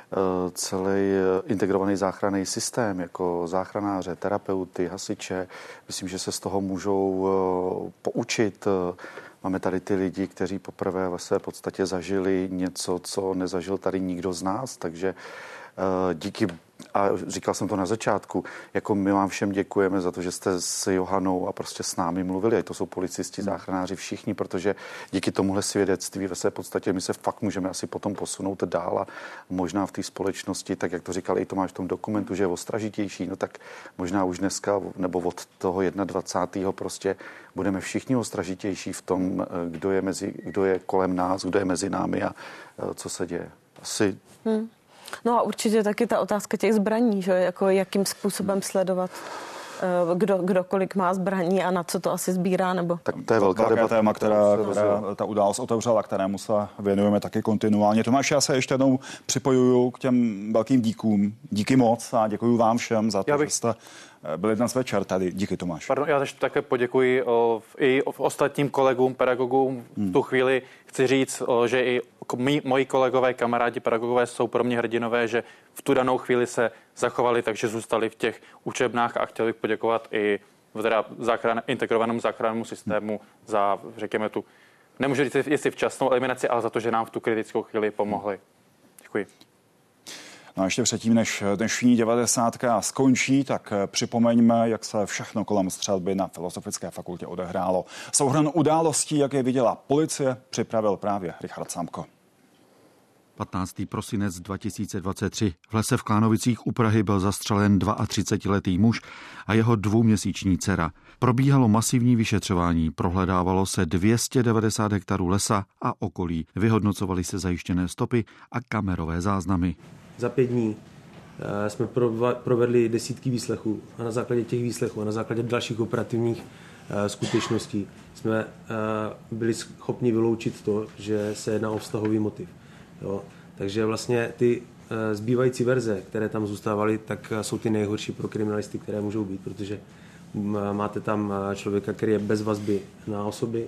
celý integrovaný záchranný systém, jako záchranáře, terapeuty, hasiče. Myslím, že se z toho můžou poučit. Máme tady ty lidi, kteří poprvé ve své podstatě zažili něco, co nezažil tady nikdo z nás, takže uh, díky, a říkal jsem to na začátku, jako my vám všem děkujeme za to, že jste s Johanou a prostě s námi mluvili, a to jsou policisti, záchranáři, všichni, protože díky tomuhle svědectví ve své podstatě my se fakt můžeme asi potom posunout dál a možná v té společnosti, tak jak to říkal i Tomáš v tom dokumentu, že je ostražitější, no tak možná už dneska nebo od toho dvacátého prvního prostě budeme všichni ostražitější v tom, kdo je, mezi, kdo je kolem nás, kdo je mezi námi a co se děje. Asi... Hmm. No a určitě taky ta otázka těch zbraní, že jako jakým způsobem sledovat, kdo, kdo kolik má zbraní a na co to asi sbírá, nebo... Tak to je velká debata, téma, která, která ta událost otevřela, kterému se věnujeme taky kontinuálně. Tomáš, já se ještě jednou připojuju k těm velkým díkům. Díky moc a děkuji vám všem za to, bych... že jste byli dnes večer tady. Díky, Tomáš. Pardon, já ještě také poděkuji o, i o, ostatním kolegům, pedagogům. Hmm. V tu chvíli chci říct, o, že i mý, moji kolegové, kamarádi, pedagogové jsou pro mě hrdinové, že v tu danou chvíli se zachovali, takže zůstali v těch učebnách a chtěl bych poděkovat i teda záchran, integrovanému záchrannému systému hmm. za, řekněme, tu, nemůžu říct, jestli včasnou eliminaci, ale za to, že nám v tu kritickou chvíli pomohli. Děkuji. No a ještě předtím, než dnešní devadesátka skončí, tak připomeňme, jak se všechno kolem střelby na Filozofické fakultě odehrálo. Souhrn událostí, jak je viděla policie, připravil právě Richard Samko. patnáctého prosince dva tisíce dvacet tři v lese v Klánovicích u Prahy byl zastřelen třicetiletý muž a jeho dvouměsíční dcera. Probíhalo masivní vyšetřování, prohledávalo se dvě stě devadesát hektarů lesa a okolí. Vyhodnocovaly se zajištěné stopy a kamerové záznamy. Za pět dní jsme provedli desítky výslechů a na základě těch výslechů a na základě dalších operativních skutečností jsme byli schopni vyloučit to, že se jedná o vztahový motiv. Jo. Takže vlastně ty zbývající verze, které tam zůstávaly, tak jsou ty nejhorší pro kriminalisty, které můžou být, protože máte tam člověka, který je bez vazby na osoby,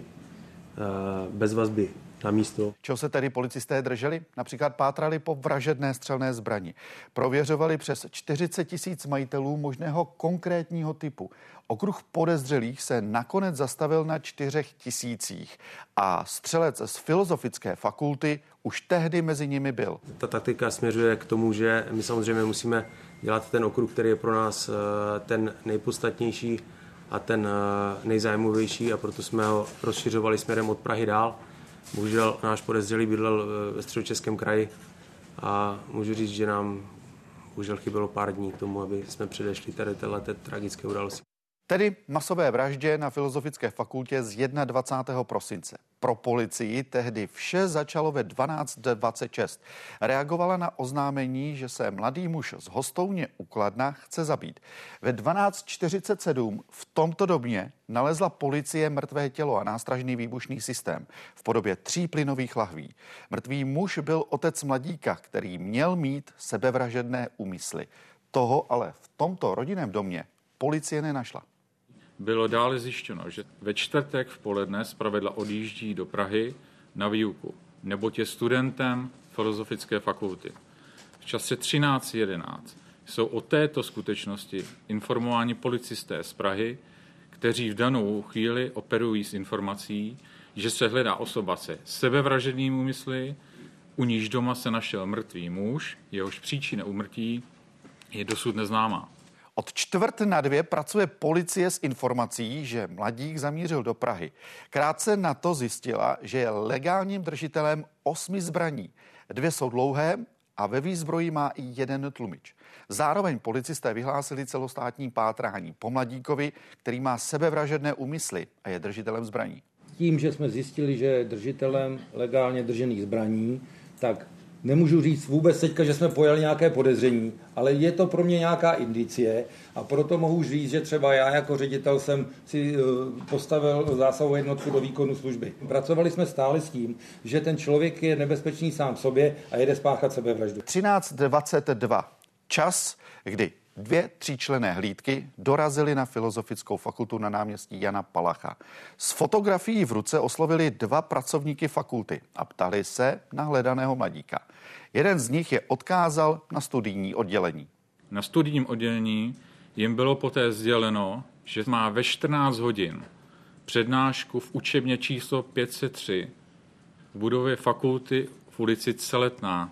bez vazby na místo. Čeho se tedy policisté drželi? Například pátrali po vražedné střelné zbrani. Prověřovali přes čtyřicet tisíc majitelů možného konkrétního typu. Okruh podezřelých se nakonec zastavil na čtyřech tisících a střelec z Filozofické fakulty už tehdy mezi nimi byl. Ta taktika směřuje k tomu, že my samozřejmě musíme dělat ten okruh, který je pro nás ten nejpodstatnější a ten nejzájmovější, a proto jsme ho rozšiřovali směrem od Prahy dál. Bohužel náš podezřelý bydlel ve Středočeském kraji a můžu říct, že nám bohužel chybělo pár dní k tomu, aby jsme předešli tady této tragické události. Tedy masové vraždě na Filozofické fakultě z dvacátého prvního prosince. Pro policii tehdy vše začalo ve dvanáct dvacet šest. Reagovala na oznámení, že se mladý muž z Hostouně u Kladna chce zabít. Ve dvanáct čtyřicet sedm v tomto domě nalezla policie mrtvé tělo a nástražný výbušný systém v podobě tří plynových lahví. Mrtvý muž byl otec mladíka, který měl mít sebevražedné úmysly. Toho ale v tomto rodinném domě policie nenašla. Bylo dále zjištěno, že ve čtvrtek v poledne zpravidla odjíždí do Prahy na výuku, neboť je studentem Filozofické fakulty. V čase třináct jedenáct jsou o této skutečnosti informováni policisté z Prahy, kteří v danou chvíli operují s informací, že se hledá osoba se sebevražednými úmysly, u níž doma se našel mrtvý muž, jehož příčina úmrtí je dosud neznámá. Od čtvrt na dvě pracuje policie s informací, že mladík zamířil do Prahy. Krátce na to zjistila, že je legálním držitelem osmi zbraní. Dvě jsou dlouhé a ve výzbroji má i jeden tlumič. Zároveň policisté vyhlásili celostátní pátrání po mladíkovi, který má sebevražedné úmysly a je držitelem zbraní. Tím, že jsme zjistili, že je držitelem legálně držených zbraní, tak nemůžu říct vůbec teďka, že jsme pojali nějaké podezření, ale je to pro mě nějaká indicie a proto mohu říct, že třeba já jako ředitel jsem si postavil zásahovou jednotku do výkonu služby. Pracovali jsme stále s tím, že ten člověk je nebezpečný sám sobě a jede spáchat sebevraždu. třináct dvacet dva. Čas, kdy dvě tříčlenné hlídky dorazily na Filozofickou fakultu na náměstí Jana Palacha. S fotografií v ruce oslovili dva pracovníky fakulty a ptali se na hledaného mladíka. Jeden z nich je odkázal na studijní oddělení. Na studijním oddělení jim bylo poté sděleno, že má ve čtrnáct hodin přednášku v učebně číslo pět set tři v budově fakulty v ulici Celetná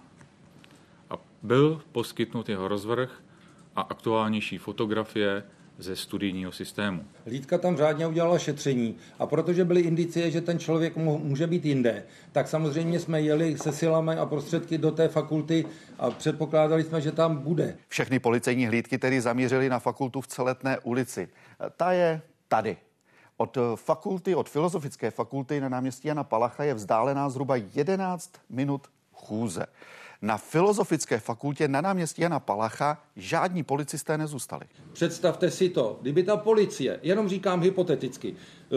a byl poskytnut jeho rozvrh a aktuálnější fotografie ze studijního systému. Hlídka tam řádně udělala šetření a protože byly indicie, že ten člověk může být jinde, tak samozřejmě jsme jeli se silami a prostředky do té fakulty a předpokládali jsme, že tam bude. Všechny policejní hlídky tedy zamířily na fakultu v Celetné ulici. Ta je tady. Od fakulty, od Filozofické fakulty na náměstí Jana Palacha je vzdálená zhruba jedenáct minut chůze. Na Filozofické fakultě na náměstí Jana Palacha žádní policisté nezůstali. Představte si to, kdyby ta policie, jenom říkám hypoteticky,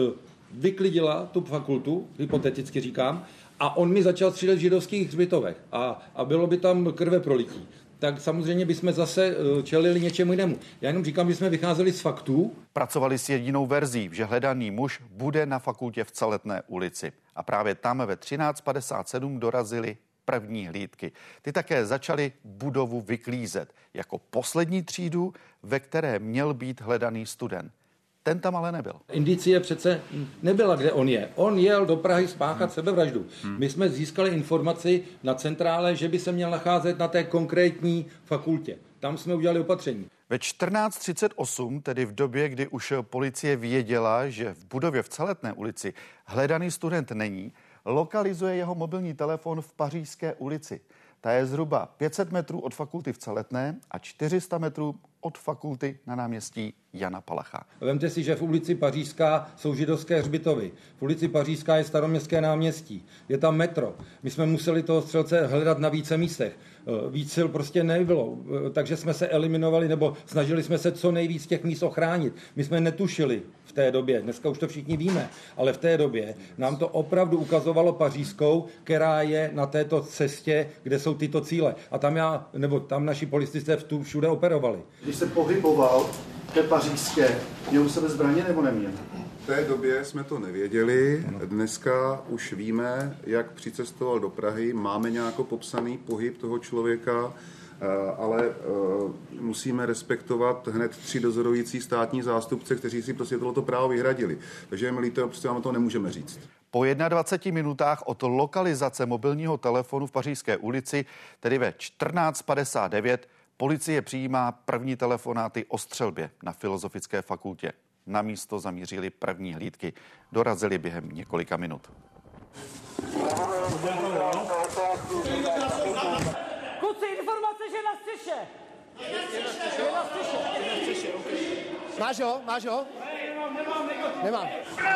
vyklidila tu fakultu, hypoteticky říkám, a on mi začal střílet v židovských hřbitovech a, a bylo by tam krve prolití, tak samozřejmě bychom zase čelili něčemu jinému. Já jenom říkám, že jsme vycházeli z faktů. Pracovali s jedinou verzí, že hledaný muž bude na fakultě v Celetné ulici. A právě tam ve třináct padesát sedm dorazili první hlídky. Ty také začaly budovu vyklízet jako poslední třídu, ve které měl být hledaný student. Ten tam ale nebyl. Indicie přece nebyla, kde on je. On jel do Prahy spáchat hmm. sebevraždu. Hmm. My jsme získali informaci na centrále, že by se měl nacházet na té konkrétní fakultě. Tam jsme udělali opatření. Ve čtrnáct třicet osm, tedy v době, kdy už policie věděla, že v budově v Celetné ulici hledaný student není, lokalizuje jeho mobilní telefon v Pařížské ulici. Ta je zhruba pět set metrů od fakulty v Celetné a čtyři sta metrů od fakulty na náměstí Jana Palacha. Vemte si, že v ulici Pařížská jsou židovské hřbitovy. V ulici Pařížská je Staroměstské náměstí. Je tam metro. My jsme museli toho střelce hledat na více místech. Víc sil prostě nebylo. Takže jsme se eliminovali nebo snažili jsme se co nejvíc těch míst ochránit. My jsme netušili v té době, dneska už to všichni víme, ale v té době nám to opravdu ukazovalo Pařížskou, která je na této cestě, kde jsou tyto cíle. A tam já, nebo tam naši policisté tu všude operovali. Když se pohyboval té Pařížské, měl u sebe zbraně nebo neměl? V té době jsme to nevěděli, dneska už víme, jak přicestoval do Prahy, máme nějaký popsaný pohyb toho člověka, ale musíme respektovat hned tři dozorující státní zástupce, kteří si prostě tohleto právo vyhradili. Takže mi líto, prostě vám to nemůžeme říct. Po dvaceti jedné minutách od lokalizace mobilního telefonu v Pařížské ulici, tedy ve čtrnáct padesát devět, policie přijímá první telefonáty o střelbě na Filozofické fakultě. Na místo zamířili první hlídky. Dorazili během několika minut. Kluci, informace, že na střeše! Je na střeše, je na střeše. Je na střeše, okay. Máš ho, máš ho? Nemám, nemám, nemám.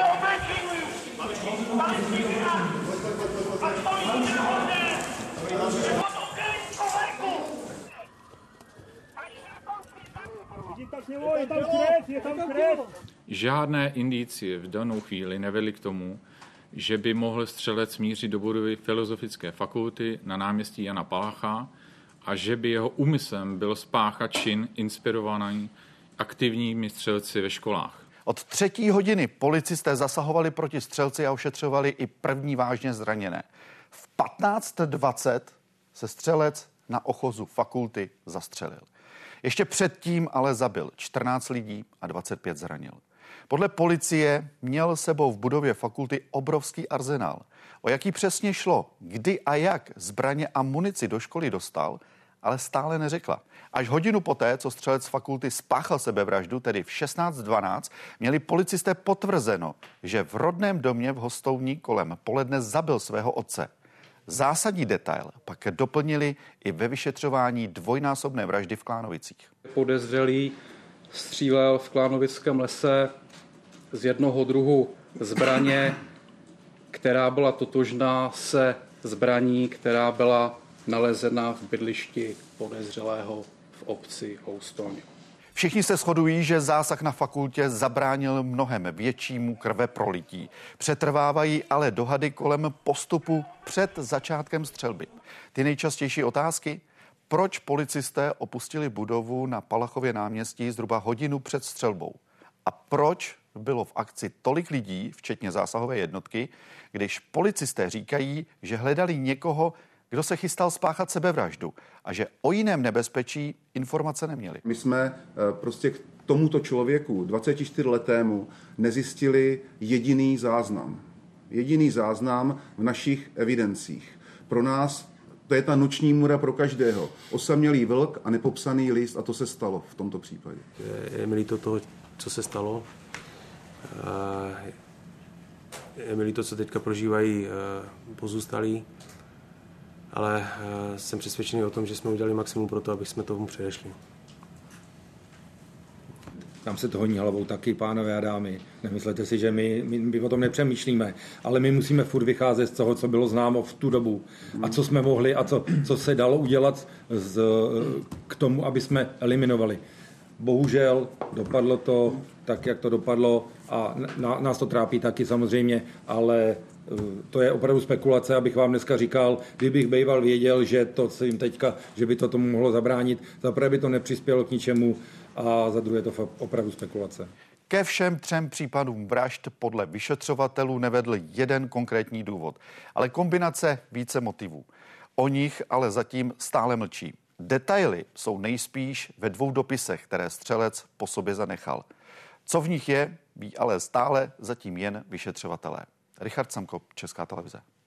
Žádné indicie v danou chvíli nevedly k tomu, že by mohl střelec mířit do budovy Filozofické fakulty na náměstí Jana Palacha a že by jeho úmyslem byl spáchat čin inspirovaný aktivními střelci ve školách. Od třetí hodiny policisté zasahovali proti střelci a ošetřovali i první vážně zraněné. V patnáct dvacet se střelec na ochozu fakulty zastřelil. Ještě předtím ale zabil čtrnáct lidí a dvacet pět zranil. Podle policie měl sebou v budově fakulty obrovský arzenál. O jaký přesně šlo, kdy a jak zbraně a munici do školy dostal ale stále neřekla. Až hodinu poté, co střelec fakulty spáchal sebevraždu, tedy v šestnáct dvanáct, měli policisté potvrzeno, že v rodném domě v Hostovní kolem poledne zabil svého otce. Zásadní detail pak doplnili i ve vyšetřování dvojnásobné vraždy v Klánovicích. Podezřelý střílel v Klánovickém lese z jednoho druhu zbraně, která byla totožná se zbraní, která byla nalezena v bydlišti podezřelého v obci Houstoň. Všichni se shodují, že zásah na fakultě zabránil mnohem většímu krveprolití. Přetrvávají ale dohady kolem postupu před začátkem střelby. Ty nejčastější otázky? Proč policisté opustili budovu na Palachově náměstí zhruba hodinu před střelbou? A proč bylo v akci tolik lidí, včetně zásahové jednotky, když policisté říkají, že hledali někoho, kdo se chystal spáchat sebevraždu a že o jiném nebezpečí informace neměli. My jsme prostě k tomuto člověku, dvacetičtyřletému, nezjistili jediný záznam. Jediný záznam v našich evidencích. Pro nás to je ta noční můra pro každého. Osamělý vlk a nepopsaný list, a to se stalo v tomto případě. Je, je mi líto toho, co se stalo. Je mi líto, co teďka prožívají pozůstalí. Ale uh, jsem přesvědčený o tom, že jsme udělali maximum pro to, aby jsme tomu předešli. Tam se to honí hlavou taky, pánové a dámy. Nemyslete si, že my, my, my o tom nepřemýšlíme, ale my musíme furt vycházet z toho, co bylo známo v tu dobu a co jsme mohli a co, co se dalo udělat z, k tomu, aby jsme eliminovali. Bohužel dopadlo to tak, jak to dopadlo a na, nás to trápí taky samozřejmě, ale to je opravdu spekulace, abych vám dneska říkal, kdybych býval věděl, že to se jim teďka, že by to tomu mohlo zabránit, za prvé by to nepřispělo k ničemu a za druhé to opravdu spekulace. Ke všem třem případům vražd podle vyšetřovatelů nevedl jeden konkrétní důvod, ale kombinace více motivů. O nich ale zatím stále mlčí. Detaily jsou nejspíš ve dvou dopisech, které střelec po sobě zanechal. Co v nich je, ví ale stále zatím jen vyšetřovatelé. Richard Samko, Česká televize.